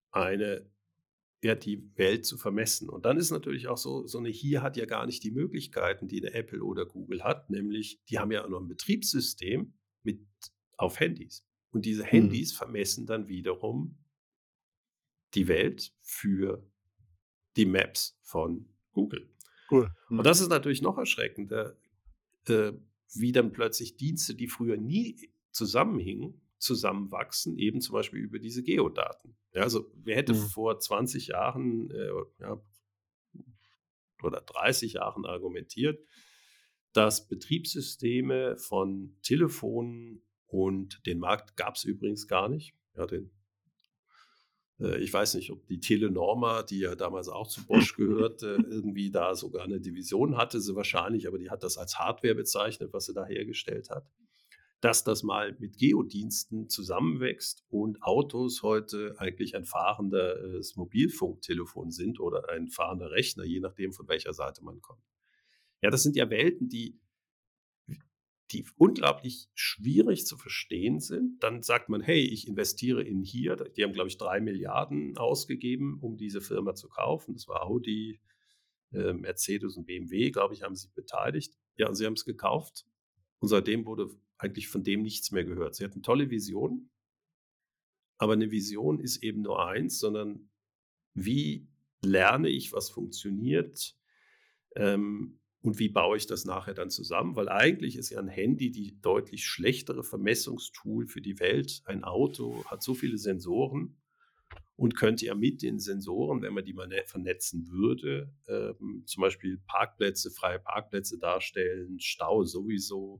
die Welt zu vermessen. Und dann ist natürlich auch so eine hier hat ja gar nicht die Möglichkeiten, die eine Apple oder Google hat, nämlich die haben ja auch noch ein Betriebssystem auf Handys. Und diese Mhm. Handys vermessen dann wiederum die Welt für die Maps von Google. Cool. Und Mhm. das ist natürlich noch erschreckender, äh, wie dann plötzlich Dienste, die früher nie zusammenhingen, zusammenwachsen, eben zum Beispiel über diese Geodaten. Ja, also wer hätte Mhm. vor 20 Jahren ja, oder 30 Jahren argumentiert, dass Betriebssysteme von Telefonen, und den Markt gab es übrigens gar nicht. Ja, ich weiß nicht, ob die Telenorma, die ja damals auch zu Bosch gehörte, irgendwie da sogar eine Division hatte, sie wahrscheinlich, aber die hat das als Hardware bezeichnet, was sie da hergestellt hat. dass das mal mit Geodiensten zusammenwächst und Autos heute eigentlich ein fahrendes Mobilfunktelefon sind oder ein fahrender Rechner, je nachdem, von welcher Seite man kommt. Ja, das sind ja Welten, die unglaublich schwierig zu verstehen sind. Dann sagt man, hey, ich investiere in hier. Die haben, glaube ich, 3 Milliarden ausgegeben, um diese Firma zu kaufen. Das war Audi, Mercedes und BMW, glaube ich, haben sich beteiligt. Ja, und sie haben es gekauft. Und seitdem wurde eigentlich von dem nichts mehr gehört. Sie hatten tolle Visionen, aber eine Vision ist eben nur eins, sondern wie lerne ich, was funktioniert, und wie baue ich das nachher dann zusammen? Weil eigentlich ist ja ein Handy die deutlich schlechtere Vermessungstool für die Welt. Ein Auto hat so viele Sensoren und könnte ja mit den Sensoren, wenn man die mal vernetzen würde, zum Beispiel freie Parkplätze darstellen, Stau sowieso,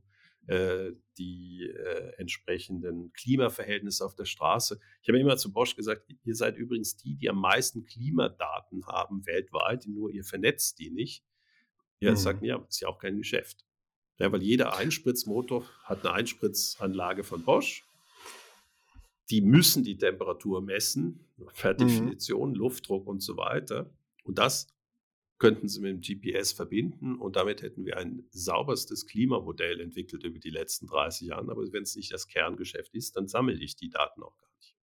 die entsprechenden Klimaverhältnisse auf der Straße. Ich habe immer zu Bosch gesagt, ihr seid übrigens die am meisten Klimadaten haben weltweit, nur ihr vernetzt die nicht. Ja, sagen, ja, ist ja auch kein Geschäft. Ja, weil jeder Einspritzmotor hat eine Einspritzanlage von Bosch. Die müssen die Temperatur messen, per Definition, Luftdruck und so weiter. Und das könnten sie mit dem GPS verbinden und damit hätten wir ein sauberstes Klimamodell entwickelt über die letzten 30 Jahre. Aber wenn es nicht das Kerngeschäft ist, dann sammle ich die Daten auch gar nicht.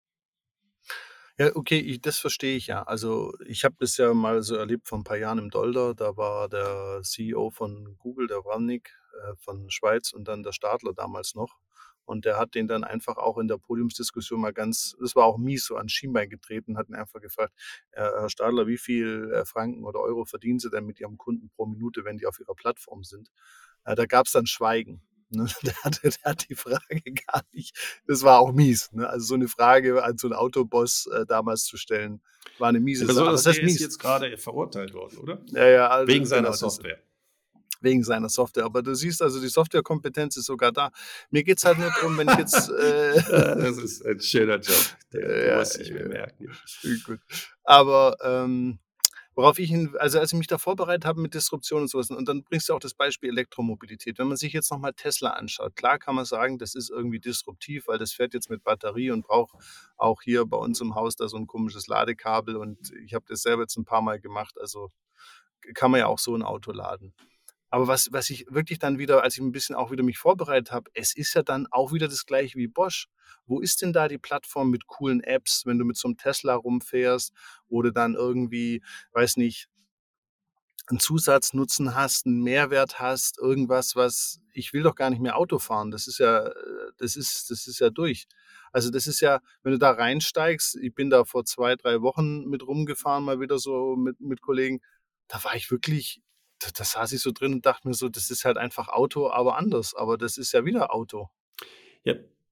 Ja, okay, das verstehe ich ja. Also ich habe das ja mal so erlebt vor ein paar Jahren im Dolder. Da war der CEO von Google, der Warnick von Schweiz und dann der Stadler damals noch. Und der hat den dann einfach auch in der Podiumsdiskussion mal das war auch mies, so ans Schienbein getreten, hat ihn einfach gefragt, Herr Stadler, wie viel Franken oder Euro verdienen Sie denn mit Ihrem Kunden pro Minute, wenn die auf Ihrer Plattform sind? Da gab es dann Schweigen. Ne? Der hat die Frage gar nicht. Das war auch mies. Ne? Also so eine Frage an so einen Autoboss damals zu stellen, war eine miese Sache. Besonders der ist jetzt gerade verurteilt worden, oder? Ja, also, wegen seiner Software. Wegen seiner Software. Aber du siehst also, die Softwarekompetenz ist sogar da. Mir geht es halt nur darum, wenn ich jetzt... das ist ein schöner Job. Den muss ich mir merken. Gut. Aber worauf also als ich mich da vorbereitet habe mit Disruption und sowas, und dann bringst du auch das Beispiel Elektromobilität. Wenn man sich jetzt nochmal Tesla anschaut, klar kann man sagen, das ist irgendwie disruptiv, weil das fährt jetzt mit Batterie und braucht auch hier bei uns im Haus da so ein komisches Ladekabel und ich habe das selber jetzt ein paar Mal gemacht, also kann man ja auch so ein Auto laden. Aber was ich wirklich dann wieder, als ich ein bisschen auch wieder mich vorbereitet habe, es ist ja dann auch wieder das Gleiche wie Bosch. Wo ist denn da die Plattform mit coolen Apps, wenn du mit so einem Tesla rumfährst oder dann irgendwie, weiß nicht, einen Zusatznutzen hast, einen Mehrwert hast, irgendwas, ich will doch gar nicht mehr Auto fahren. Das ist ja, das ist ja durch. Also das ist ja, wenn du da reinsteigst, ich bin da vor 2, 3 Wochen mit rumgefahren, mal wieder so mit Kollegen, da war ich wirklich, da saß ich so drin und dachte mir so, das ist halt einfach Auto, aber anders. Aber das ist ja wieder Auto. Ja.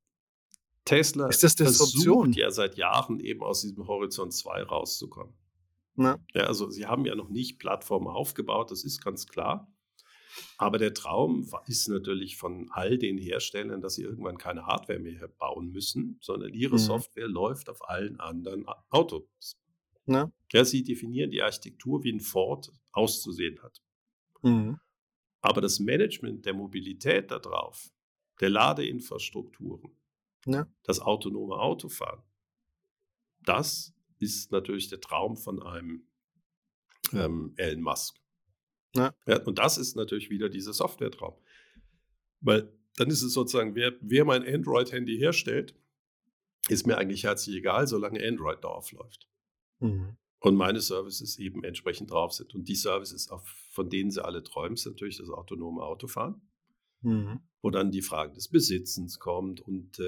Tesla Ist das Disruption? versucht ja seit Jahren eben aus diesem Horizont 2 rauszukommen. Ja. Ja, also sie haben ja noch nicht Plattformen aufgebaut, das ist ganz klar. Aber der Traum ist natürlich von all den Herstellern, dass sie irgendwann keine Hardware mehr bauen müssen, sondern ihre Software läuft auf allen anderen Autos. Ja. Ja, sie definieren die Architektur, wie ein Ford auszusehen hat. Aber das Management der Mobilität da drauf, der Ladeinfrastrukturen, das autonome Autofahren, das ist natürlich der Traum von einem Elon Musk. Ja, und das ist natürlich wieder dieser Software-Traum. Weil dann ist es sozusagen, wer mein Android-Handy herstellt, ist mir eigentlich herzlich egal, solange Android drauf läuft. Und meine Services eben entsprechend drauf sind. Und die Services, von denen sie alle träumen, ist natürlich das autonome Autofahren. Wo dann die Frage des Besitzens kommt und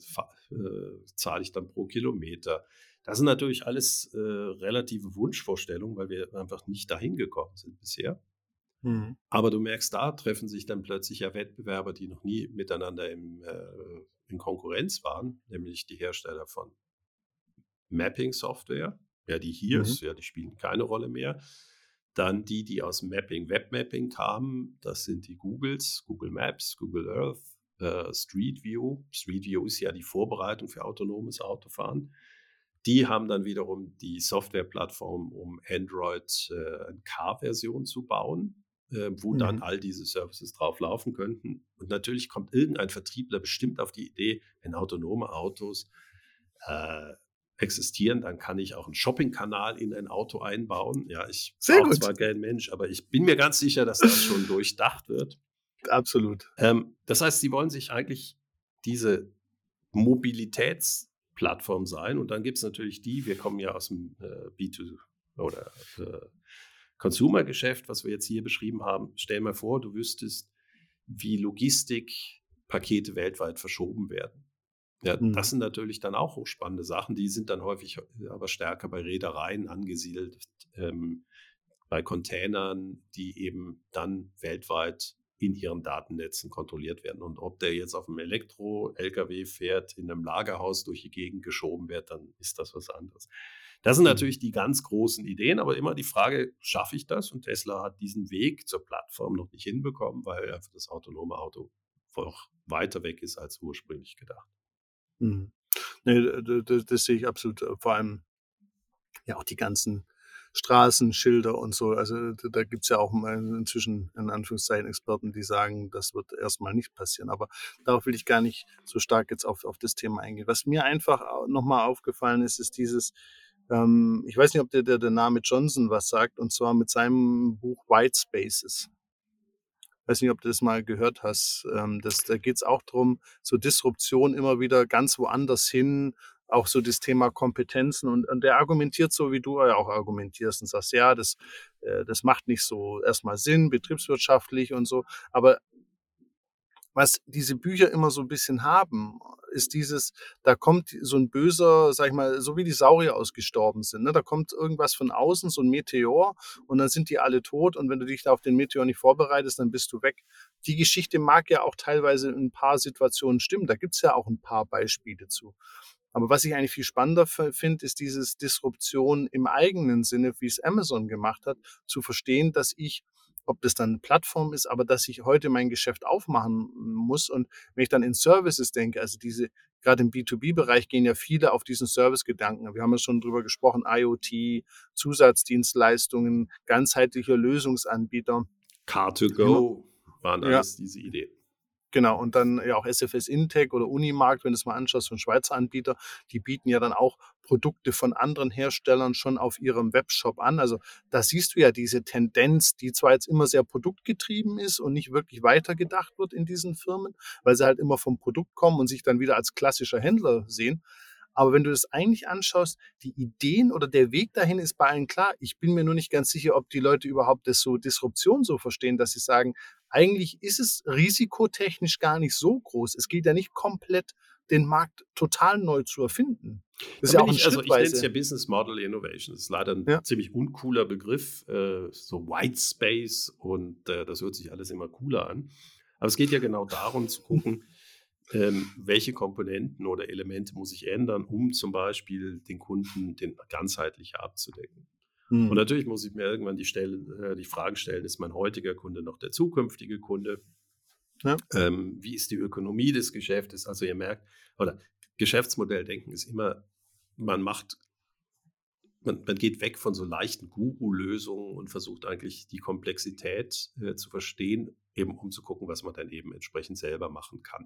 zahle ich dann pro Kilometer. Das sind natürlich alles relative Wunschvorstellungen, weil wir einfach nicht dahin gekommen sind bisher. Aber du merkst, da treffen sich dann plötzlich ja Wettbewerber, die noch nie miteinander in Konkurrenz waren, nämlich die Hersteller von Mapping-Software. Ja, die hier ist, ja, die spielen keine Rolle mehr. Dann die aus Mapping, Webmapping kamen, das sind die Googles, Google Maps, Google Earth, Street View. Street View ist ja die Vorbereitung für autonomes Autofahren. Die haben dann wiederum die Softwareplattform, um Android eine Car-Version zu bauen. wo dann all diese Services drauf laufen könnten. Und natürlich kommt irgendein Vertriebler bestimmt auf die Idee, wenn autonome Autos existieren, dann kann ich auch einen Shopping-Kanal in ein Auto einbauen. Ja, ich Sehr brauche gut. zwar kein Mensch, aber ich bin mir ganz sicher, dass das schon durchdacht wird. Absolut. Das heißt, sie wollen sich eigentlich diese Mobilitätsplattform sein. Und dann gibt es natürlich wir kommen ja aus dem B2 oder Consumer-Geschäft, was wir jetzt hier beschrieben haben. Stell mal vor, du wüsstest, wie Logistikpakete weltweit verschoben werden. Ja, das sind natürlich dann auch hochspannende Sachen. Die sind dann häufig aber stärker bei Reedereien angesiedelt, bei Containern, die eben dann weltweit in ihren Datennetzen kontrolliert werden. Und ob der jetzt auf einem Elektro-LKW fährt, in einem Lagerhaus durch die Gegend geschoben wird, dann ist das was anderes. Das sind natürlich die ganz großen Ideen, aber immer die Frage, schaffe ich das? Und Tesla hat diesen Weg zur Plattform noch nicht hinbekommen, weil einfach das autonome Auto noch weiter weg ist als ursprünglich gedacht. Nee, das sehe ich absolut. Vor allem ja auch die ganzen Straßenschilder und so. Also da gibt es ja auch inzwischen in Anführungszeichen Experten, die sagen, das wird erstmal nicht passieren. Aber darauf will ich gar nicht so stark jetzt auf das Thema eingehen. Was mir einfach nochmal aufgefallen ist, ist dieses, ich weiß nicht, ob der Name Johnson was sagt, und zwar mit seinem Buch White Spaces. Weiß nicht, ob du das mal gehört hast. Da geht es auch darum, so Disruption immer wieder ganz woanders hin, auch so das Thema Kompetenzen. Und der argumentiert so, wie du ja auch argumentierst und sagst, ja, das macht nicht so erstmal Sinn, betriebswirtschaftlich und so. Aber was diese Bücher immer so ein bisschen haben, ist dieses, da kommt so ein böser, sag ich mal, so wie die Saurier ausgestorben sind, ne? Da kommt irgendwas von außen, so ein Meteor, und dann sind die alle tot, und wenn du dich da auf den Meteor nicht vorbereitest, dann bist du weg. Die Geschichte mag ja auch teilweise in ein paar Situationen stimmen, da gibt's ja auch ein paar Beispiele zu. Aber was ich eigentlich viel spannender finde, ist dieses Disruption im eigenen Sinne, wie es Amazon gemacht hat, zu verstehen, dass ich, ob das dann eine Plattform ist, aber dass ich heute mein Geschäft aufmachen muss. Und wenn ich dann in Services denke, also gerade im B2B-Bereich gehen ja viele auf diesen Service-Gedanken. Wir haben ja schon drüber gesprochen, IoT, Zusatzdienstleistungen, ganzheitlicher Lösungsanbieter. Car2Go waren Ja. alles diese Ideen. Genau, und dann ja auch SFS Intec oder Unimarkt, wenn du es mal anschaust, so ein Schweizer Anbieter, die bieten ja dann auch Produkte von anderen Herstellern schon auf ihrem Webshop an. Also da siehst du ja diese Tendenz, die zwar jetzt immer sehr produktgetrieben ist und nicht wirklich weitergedacht wird in diesen Firmen, weil sie halt immer vom Produkt kommen und sich dann wieder als klassischer Händler sehen. Aber wenn du das eigentlich anschaust, die Ideen oder der Weg dahin ist bei allen klar. Ich bin mir nur nicht ganz sicher, ob die Leute überhaupt das so Disruption so verstehen, dass sie sagen, eigentlich ist es risikotechnisch gar nicht so groß. Es geht ja nicht komplett, den Markt total neu zu erfinden. Das ist ja auch ein ich nenne es ja schrittweise. Business Model Innovation. Das ist leider ein Ja. ziemlich uncooler Begriff, so White Space, und das hört sich alles immer cooler an. Aber es geht ja genau darum zu gucken, welche Komponenten oder Elemente muss ich ändern, um zum Beispiel den Kunden ganzheitlicher abzudecken. Und natürlich muss ich mir irgendwann die Frage stellen, ist mein heutiger Kunde noch der zukünftige Kunde? Ja. Wie ist die Ökonomie des Geschäftes? Also ihr merkt, oder Geschäftsmodelldenken ist immer, man geht weg von so leichten Guru-Lösungen und versucht eigentlich die Komplexität zu verstehen, eben um zu gucken, was man dann eben entsprechend selber machen kann.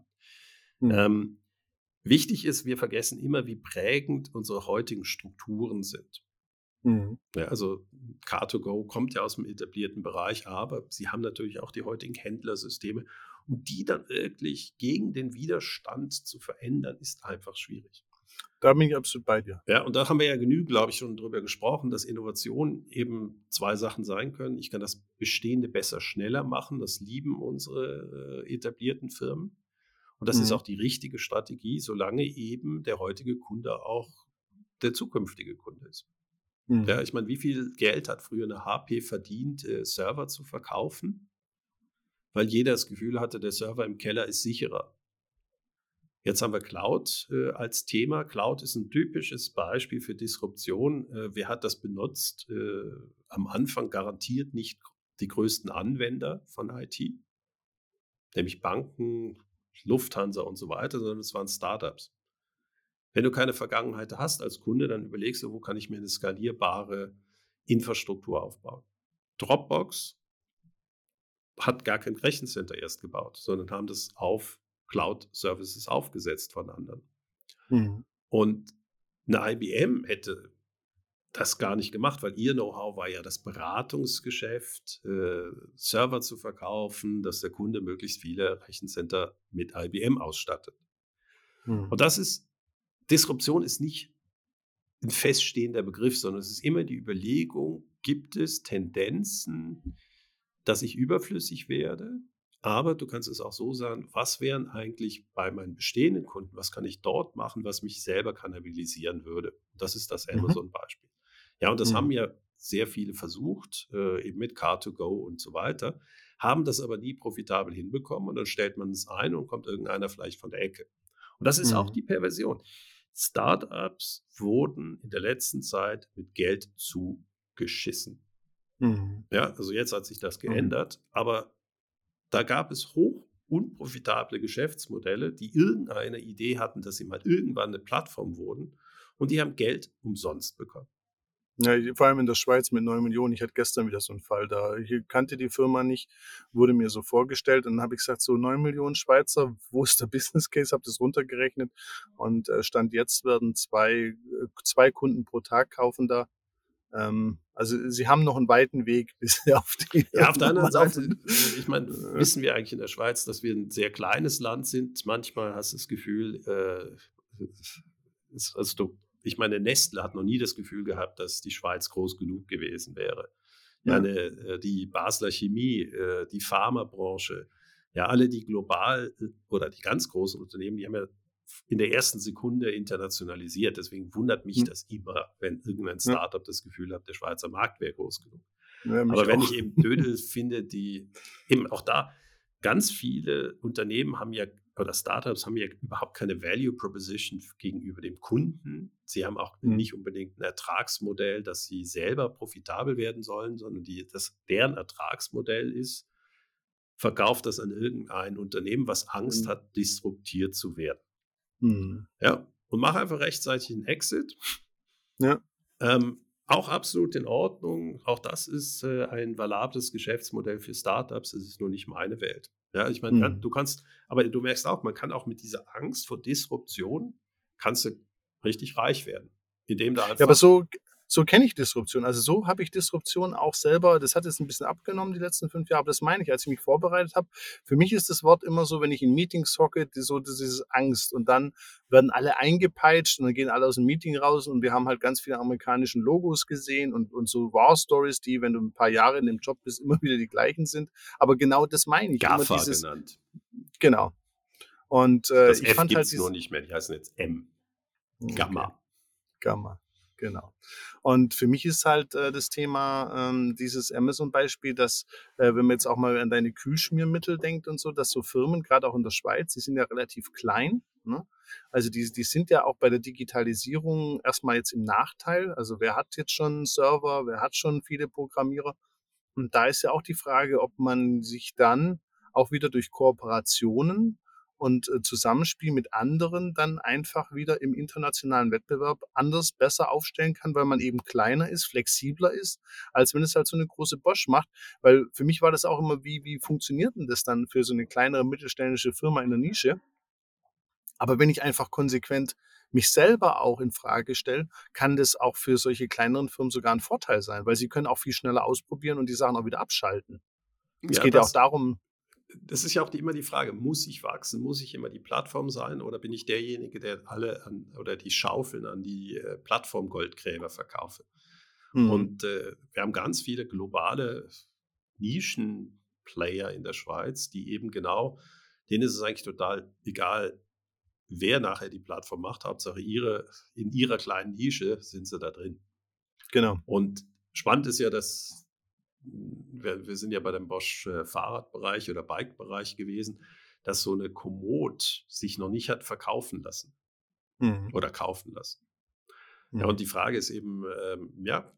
Wichtig ist, wir vergessen immer, wie prägend unsere heutigen Strukturen sind. Ja, also Car2Go kommt ja aus dem etablierten Bereich, aber sie haben natürlich auch die heutigen Händlersysteme, und die dann wirklich gegen den Widerstand zu verändern, ist einfach schwierig. Da bin ich absolut bei dir. Ja, und da haben wir ja genügend, glaube ich, schon drüber gesprochen, dass Innovationen eben zwei Sachen sein können. Ich kann das Bestehende besser, schneller machen. Das lieben unsere etablierten Firmen. Und das ist auch die richtige Strategie, solange eben der heutige Kunde auch der zukünftige Kunde ist. Ja, ich meine, wie viel Geld hat früher eine HP verdient, Server zu verkaufen? Weil jeder das Gefühl hatte, der Server im Keller ist sicherer. Jetzt haben wir Cloud als Thema. Cloud ist ein typisches Beispiel für Disruption. Wer hat das benutzt? Am Anfang garantiert nicht die größten Anwender von IT, nämlich Banken, Lufthansa und so weiter, sondern es waren Startups. Wenn du keine Vergangenheit hast als Kunde, dann überlegst du, wo kann ich mir eine skalierbare Infrastruktur aufbauen? Dropbox hat gar kein Rechencenter erst gebaut, sondern haben das auf Cloud-Services aufgesetzt von anderen. Mhm. Und eine IBM hätte das gar nicht gemacht, weil ihr Know-how war ja das Beratungsgeschäft, Server zu verkaufen, dass der Kunde möglichst viele Rechencenter mit IBM ausstattet. Mhm. Und Disruption ist nicht ein feststehender Begriff, sondern es ist immer die Überlegung, gibt es Tendenzen, dass ich überflüssig werde? Aber du kannst es auch so sagen, was wären eigentlich bei meinen bestehenden Kunden, was kann ich dort machen, was mich selber kannibalisieren würde? Das ist das Mhm. Amazon-Beispiel. Ja, und das haben Mhm. ja sehr viele versucht, eben mit Car2Go und so weiter, haben das aber nie profitabel hinbekommen und dann stellt man es ein und kommt irgendeiner vielleicht von der Ecke. Und das ist auch Mhm. die Perversion. Startups wurden in der letzten Zeit mit Geld zugeschissen. Mhm. Ja, also jetzt hat sich das Mhm. geändert, aber da gab es hoch unprofitable Geschäftsmodelle, die irgendeine Idee hatten, dass sie mal irgendwann eine Plattform wurden und die haben Geld umsonst bekommen. Ja, vor allem in der Schweiz mit 9 Millionen. Ich hatte gestern wieder so einen Fall da. Ich kannte die Firma nicht, wurde mir so vorgestellt und dann habe ich gesagt, so 9 Millionen Schweizer, wo ist der Business Case? Habe das runtergerechnet und Stand jetzt werden zwei Kunden pro Tag kaufen da. Also sie haben noch einen weiten Weg, bis sie auf die Ja, auf der anderen mal auf Seite, ich meine, äh, wissen wir eigentlich in der Schweiz, dass wir ein sehr kleines Land sind. Manchmal hast du das Gefühl, ich meine, Nestle hat noch nie das Gefühl gehabt, dass die Schweiz groß genug gewesen wäre. Ja, ja. die Basler Chemie, die Pharmabranche, ja, alle die global oder die ganz großen Unternehmen, die haben ja in der ersten Sekunde internationalisiert. Deswegen wundert mich Hm. das immer, wenn irgendein Ja. Startup das Gefühl hat, der Schweizer Markt wäre groß genug. Ja, mich Aber wenn auch. ich eben Dödel finde, die eben auch da ganz viele Unternehmen haben ja oder Startups haben ja überhaupt keine Value Proposition gegenüber dem Kunden. Sie haben auch Hm. nicht unbedingt ein Ertragsmodell, dass sie selber profitabel werden sollen, sondern deren Ertragsmodell ist, verkauft das an irgendein Unternehmen, was Angst Hm. hat, disruptiert zu werden. Hm. Ja, und mach einfach rechtzeitig einen Exit. Ja. Auch absolut in Ordnung. Auch das ist ein valables Geschäftsmodell für Startups. Es ist nur nicht meine Welt. Ja, ich meine, Hm. aber du merkst auch, man kann auch mit dieser Angst vor Disruption, kannst du richtig reich werden, indem du Ja, aber einfach, so kenne ich Disruption. Also so habe ich Disruption auch selber, das hat jetzt ein bisschen abgenommen die letzten 5 Jahre, aber das meine ich, als ich mich vorbereitet habe. Für mich ist das Wort immer so, wenn ich in Meetings hocke, so dieses Angst und dann werden alle eingepeitscht und dann gehen alle aus dem Meeting raus und wir haben halt ganz viele amerikanischen Logos gesehen und so War-Stories, die, wenn du ein paar Jahre in dem Job bist, immer wieder die gleichen sind. Aber genau das meine ich, immer GAFA dieses, genannt. genau. Und Das ich F fand gibt halt es nur nicht mehr, die heißen jetzt M. okay. Gamma. Gamma, genau. Und für mich ist halt das Thema dieses Amazon-Beispiel, dass, wenn man jetzt auch mal an deine Kühlschmiermittel denkt und so, dass so Firmen, gerade auch in der Schweiz, die sind ja relativ klein. Ne? Also die sind ja auch bei der Digitalisierung erstmal jetzt im Nachteil. Also wer hat jetzt schon einen Server, wer hat schon viele Programmierer? Und da ist ja auch die Frage, ob man sich dann auch wieder durch Kooperationen und Zusammenspiel mit anderen dann einfach wieder im internationalen Wettbewerb anders, besser aufstellen kann, weil man eben kleiner ist, flexibler ist, als wenn es halt so eine große Bosch macht. Weil für mich war das auch immer, wie funktioniert denn das dann für so eine kleinere mittelständische Firma in der Nische? Aber wenn ich einfach konsequent mich selber auch in Frage stelle, kann das auch für solche kleineren Firmen sogar ein Vorteil sein, weil sie können auch viel schneller ausprobieren und die Sachen auch wieder abschalten. Es Ja, geht ja auch darum, das ist ja auch immer die Frage, muss ich wachsen? Muss ich immer die Plattform sein oder bin ich derjenige, der oder die Schaufeln an die Plattform-Goldgräber verkaufe? hm, Und wir haben ganz viele globale Nischen-Player in der Schweiz, die eben genau, denen ist es eigentlich total egal, wer nachher die Plattform macht. Hauptsache in ihrer kleinen Nische sind sie da drin. genau. Und spannend ist ja, dass wir sind ja bei dem Bosch Fahrradbereich oder Bike-Bereich gewesen, dass so eine Komoot sich noch nicht hat verkaufen lassen Mhm. oder kaufen lassen. Ja, Mhm. und die Frage ist eben, ja,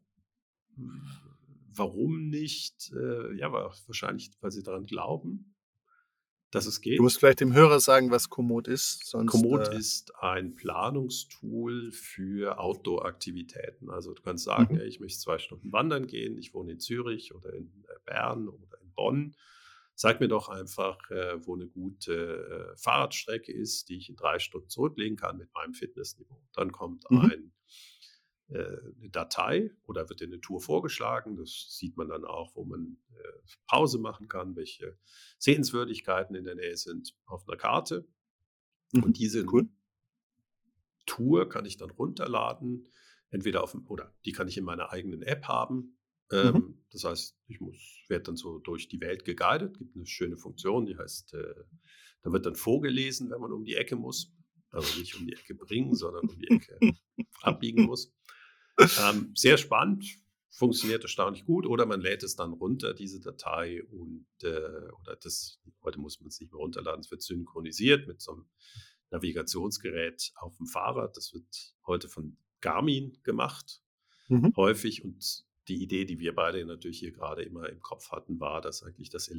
warum nicht? Ja, wahrscheinlich, weil sie daran glauben, dass es Du geht. musst vielleicht dem Hörer sagen, was Komoot ist, sonst Komoot ist ein Planungstool für Outdoor-Aktivitäten. Also du kannst sagen, mhm. ja, ich möchte 2 Stunden wandern gehen, ich wohne in Zürich oder in Bern oder in Bonn. Sag mir doch einfach, wo eine gute Fahrradstrecke ist, die ich in 3 Stunden zurücklegen kann mit meinem Fitnessniveau. Dann kommt Mhm. 'ne Datei oder wird dir 'ne Tour vorgeschlagen. Das sieht man dann auch, wo man Pause machen kann, welche Sehenswürdigkeiten in der Nähe sind auf 'ner Karte. Mhm. Und diese Cool. Tour kann ich dann runterladen, entweder auf'm oder die kann ich in meiner eigenen App haben. Mhm. Das heißt, ich werde dann so durch die Welt geguidet. Gibt 'ne schöne Funktion, die heißt, da wird dann vorgelesen, wenn man um die Ecke muss. Also nicht um die Ecke bringen, sondern um die Ecke abbiegen muss. Sehr spannend, funktioniert erstaunlich gut oder man lädt es dann runter, diese Datei und, oder das heute muss man es nicht mehr runterladen, es wird synchronisiert mit so einem Navigationsgerät auf dem Fahrrad. Das wird heute von Garmin gemacht, Mhm. häufig und die Idee, die wir beide natürlich hier gerade immer im Kopf hatten, war, dass eigentlich das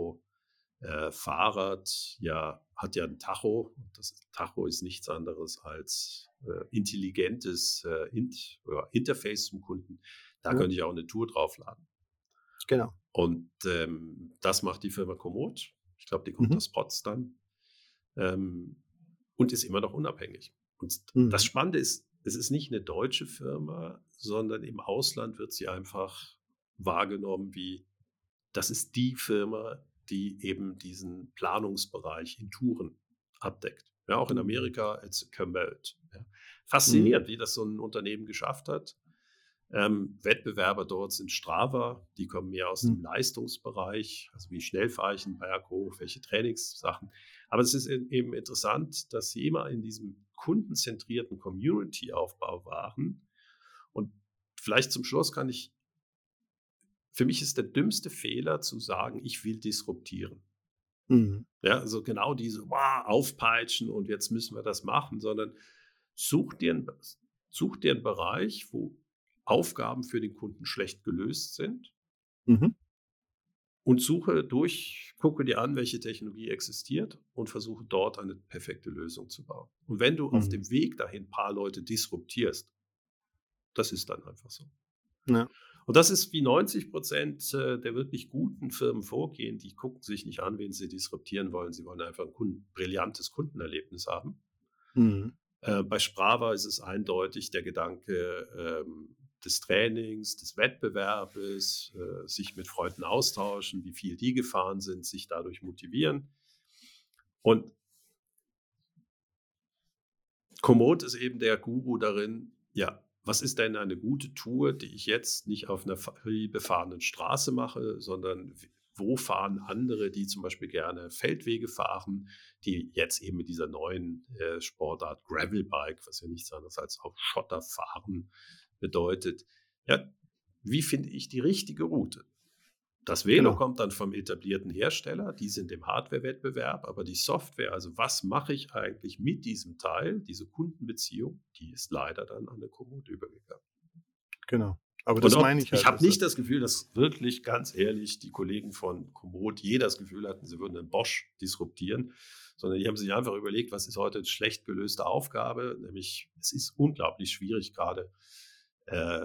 Fahrrad hat ja ein Tacho. Und das Tacho ist nichts anderes als intelligentes Interface zum Kunden. Da Ja, könnte ich auch eine Tour draufladen. genau. Und das macht die Firma Komoot. Ich glaube, die kommt Mhm. aus Potsdam ähm, und ist immer noch unabhängig. Und das Mhm. Spannende ist, es ist nicht eine deutsche Firma, sondern im Ausland wird sie einfach wahrgenommen wie das ist die Firma, die eben diesen Planungsbereich in Touren abdeckt. Ja, auch in Mhm. Amerika, it's a Commode. Ja. Mhm. Faszinierend, wie das so ein Unternehmen geschafft hat. Wettbewerber dort sind Strava, die kommen mehr aus Mhm. dem Leistungsbereich, also wie schnell fahre ich einen Berg hoch, welche Trainingssachen. Aber es ist eben interessant, dass sie immer in diesem kundenzentrierten Community-Aufbau waren. Und vielleicht zum Schluss für mich ist der dümmste Fehler zu sagen, ich will disruptieren. Mhm. Ja, also genau diese aufpeitschen und jetzt müssen wir das machen, sondern such dir 'n such dir 'n Bereich, wo Aufgaben für den Kunden schlecht gelöst sind Mhm. und gucke dir an, welche Technologie existiert und versuche dort eine perfekte Lösung zu bauen. Und wenn du auf Mhm. dem Weg dahin ein paar Leute disruptierst, das ist dann einfach so. Ja, Und das ist wie 90% der wirklich guten Firmen vorgehen. Die gucken sich nicht an, wen sie disruptieren wollen. Sie wollen einfach ein brillantes Kundenerlebnis haben. mhm. Bei Strava ist es eindeutig der Gedanke des Trainings, des Wettbewerbes, sich mit Freunden austauschen, wie viel die gefahren sind, sich dadurch motivieren. Und Komoot ist eben der Guru darin, ja, was ist denn eine gute Tour, die ich jetzt nicht auf einer viel befahrenen Straße mache, sondern wo fahren andere, die zum Beispiel gerne Feldwege fahren, die jetzt eben mit dieser neuen Sportart Gravelbike, was ja nichts anderes als auf Schotter fahren bedeutet. Ja, wie finde ich die richtige Route? Das Velo Genau. kommt dann vom etablierten Hersteller, die sind im Hardware-Wettbewerb, aber die Software, also was mache ich eigentlich mit diesem Teil, diese Kundenbeziehung, die ist leider dann an 'ne Komoot übergegangen. Genau. Aber Und das ob meine ich ich halt. habe nicht das Gefühl, dass wirklich ganz ehrlich die Kollegen von Komoot je das Gefühl hatten, sie würden 'nen Bosch disruptieren, sondern die haben sich einfach überlegt: „Was ist heute 'ne schlecht gelöste Aufgabe?“ Nämlich, es ist unglaublich schwierig, grade äh,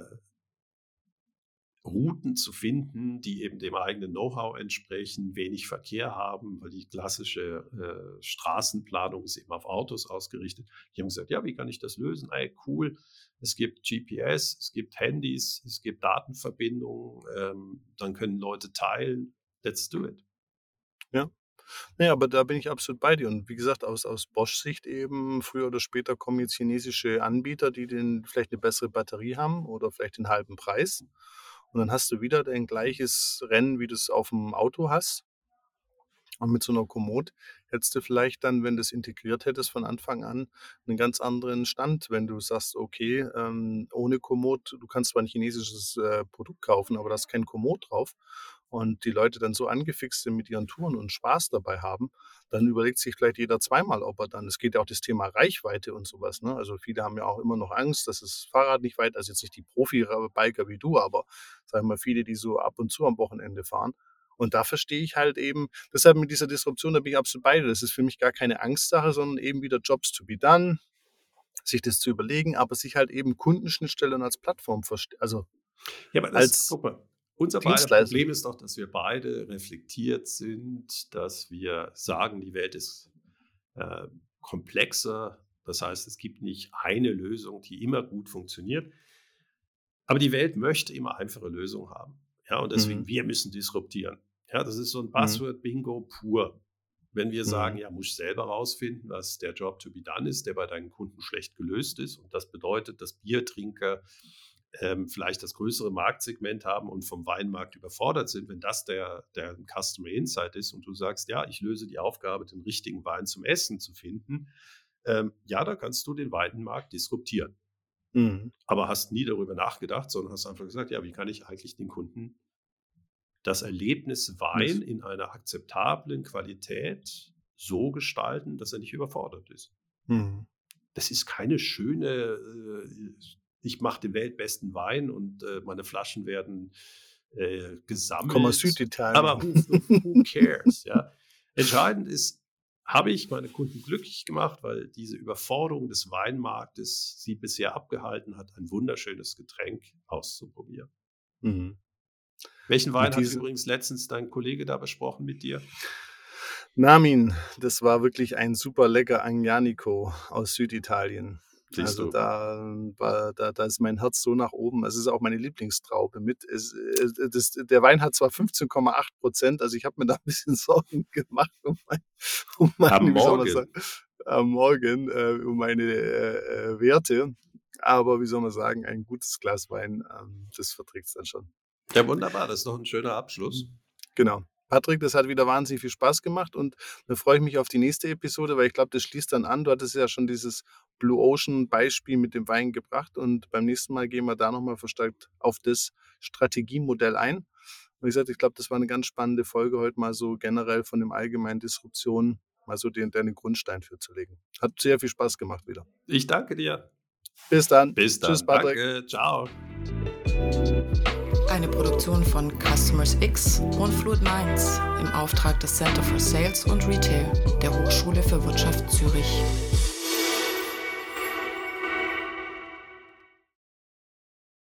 Routen zu finden, die eben dem eigenen Know-how entsprechen, wenig Verkehr haben, weil die klassische Straßenplanung ist eben auf Autos ausgerichtet. Die haben gesagt, ja, wie kann ich das lösen? Ey, cool, es gibt GPS, es gibt Handys, es gibt Datenverbindungen, dann können Leute teilen. Let's do it. Ja. Ne, aber da bin ich absolut bei dir. Und wie gesagt, aus Bosch-Sicht eben, früher oder später kommen jetzt chinesische Anbieter, die den vielleicht eine bessere Batterie haben oder vielleicht den halben Preis. Und dann hast du wieder dein gleiches Rennen, wie du es auf dem Auto hast. Und mit so einer Komoot hättest du vielleicht dann, wenn du's integriert hättest von Anfang an, einen ganz anderen Stand, wenn du sagst: „Okay, ohne Komoot du kannst zwar ein chinesisches, Produkt kaufen, aber da ist kein Komoot drauf." Und die Leute dann so angefixt sind mit ihren Touren und Spaß dabei haben, dann überlegt sich vielleicht jeder zweimal, ob er dann es geht ja auch das Thema Reichweite und sowas, ne? Also, viele haben ja auch immer noch Angst, dass das Fahrrad nicht weit, also, jetzt nicht die Biker wie du, aber sagen wir mal, viele, die so ab und zu am Wochenende fahren. Und da verstehe ich halt eben deshalb mit dieser Disruption, da bin ich absolut bei dir. Das ist für mich gar keine Angstsache, sondern eben wieder Jobs to be done, sich das zu überlegen, aber sich halt eben Kundenschnittstellen als Plattform verst also Ja, aber als guck mal. Unser beider Dienstleister. Problem ist doch, dass wir beide reflektiert sind, dass wir sagen, die Welt ist komplexer. Das heißt, es gibt nicht eine Lösung, die immer gut funktioniert. Aber die Welt möchte immer einfache Lösungen haben. Ja, und deswegen, wir müssen disruptieren. Ja, das ist so ein Buzzword-Bingo pur. Wenn wir sagen, ja, musst selber rausfinden, was der Job to be done ist, der bei deinen Kunden schlecht gelöst ist. Und das bedeutet, dass Biertrinker vielleicht das größere Marktsegment haben und vom Weinmarkt überfordert sind, wenn das der Customer Insight ist und du sagst, ja, ich löse die Aufgabe, den richtigen Wein zum Essen zu finden, ja, da kannst du den Weinmarkt disruptieren. Aber hast nie darüber nachgedacht, sondern hast einfach gesagt, ja, wie kann ich eigentlich den Kunden das Erlebnis Wein in einer akzeptablen Qualität so gestalten, dass er nicht überfordert ist. Das ist keine schöne, ich mache den weltbesten Wein und meine Flaschen werden gesammelt. Komm aus Süditalien. Aber who cares? Ja? Entscheidend ist, habe ich meine Kunden glücklich gemacht, weil diese Überforderung des Weinmarktes sie bisher abgehalten hat, ein wunderschönes Getränk auszuprobieren. Welchen Wein hat übrigens letztens dein Kollege da besprochen mit dir? Namin, das war wirklich ein super lecker Agnanico aus Süditalien. Siehst Also du. da ist mein Herz so nach oben. Es ist auch meine Lieblingstraube mit. Der Wein hat zwar 15,8%, also ich habe mir da ein bisschen Sorgen gemacht um meine Werte. Aber wie soll man sagen, ein gutes Glas Wein, das verträgt es dann schon. Ja, wunderbar, das ist doch ein schöner Abschluss. Genau. Patrick, das hat wieder wahnsinnig viel Spaß gemacht und da freue ich mich auf die nächste Episode, weil ich glaube, das schließt dann an. Du hattest ja schon dieses Blue Ocean Beispiel mit dem Wein gebracht und beim nächsten Mal gehen wir da nochmal verstärkt auf das Strategiemodell ein. Und wie gesagt, ich glaube, das war eine ganz spannende Folge, heute mal so generell von dem allgemeinen Disruption mal so den Grundstein für zu legen. Hat sehr viel Spaß gemacht wieder. Ich danke dir. Bis dann. Bis dann. Tschüss, Patrick. Danke. Ciao. Eine Produktion von Customers X und Fluid Minds im Auftrag des Center for Sales und Retail der Hochschule für Wirtschaft Zürich.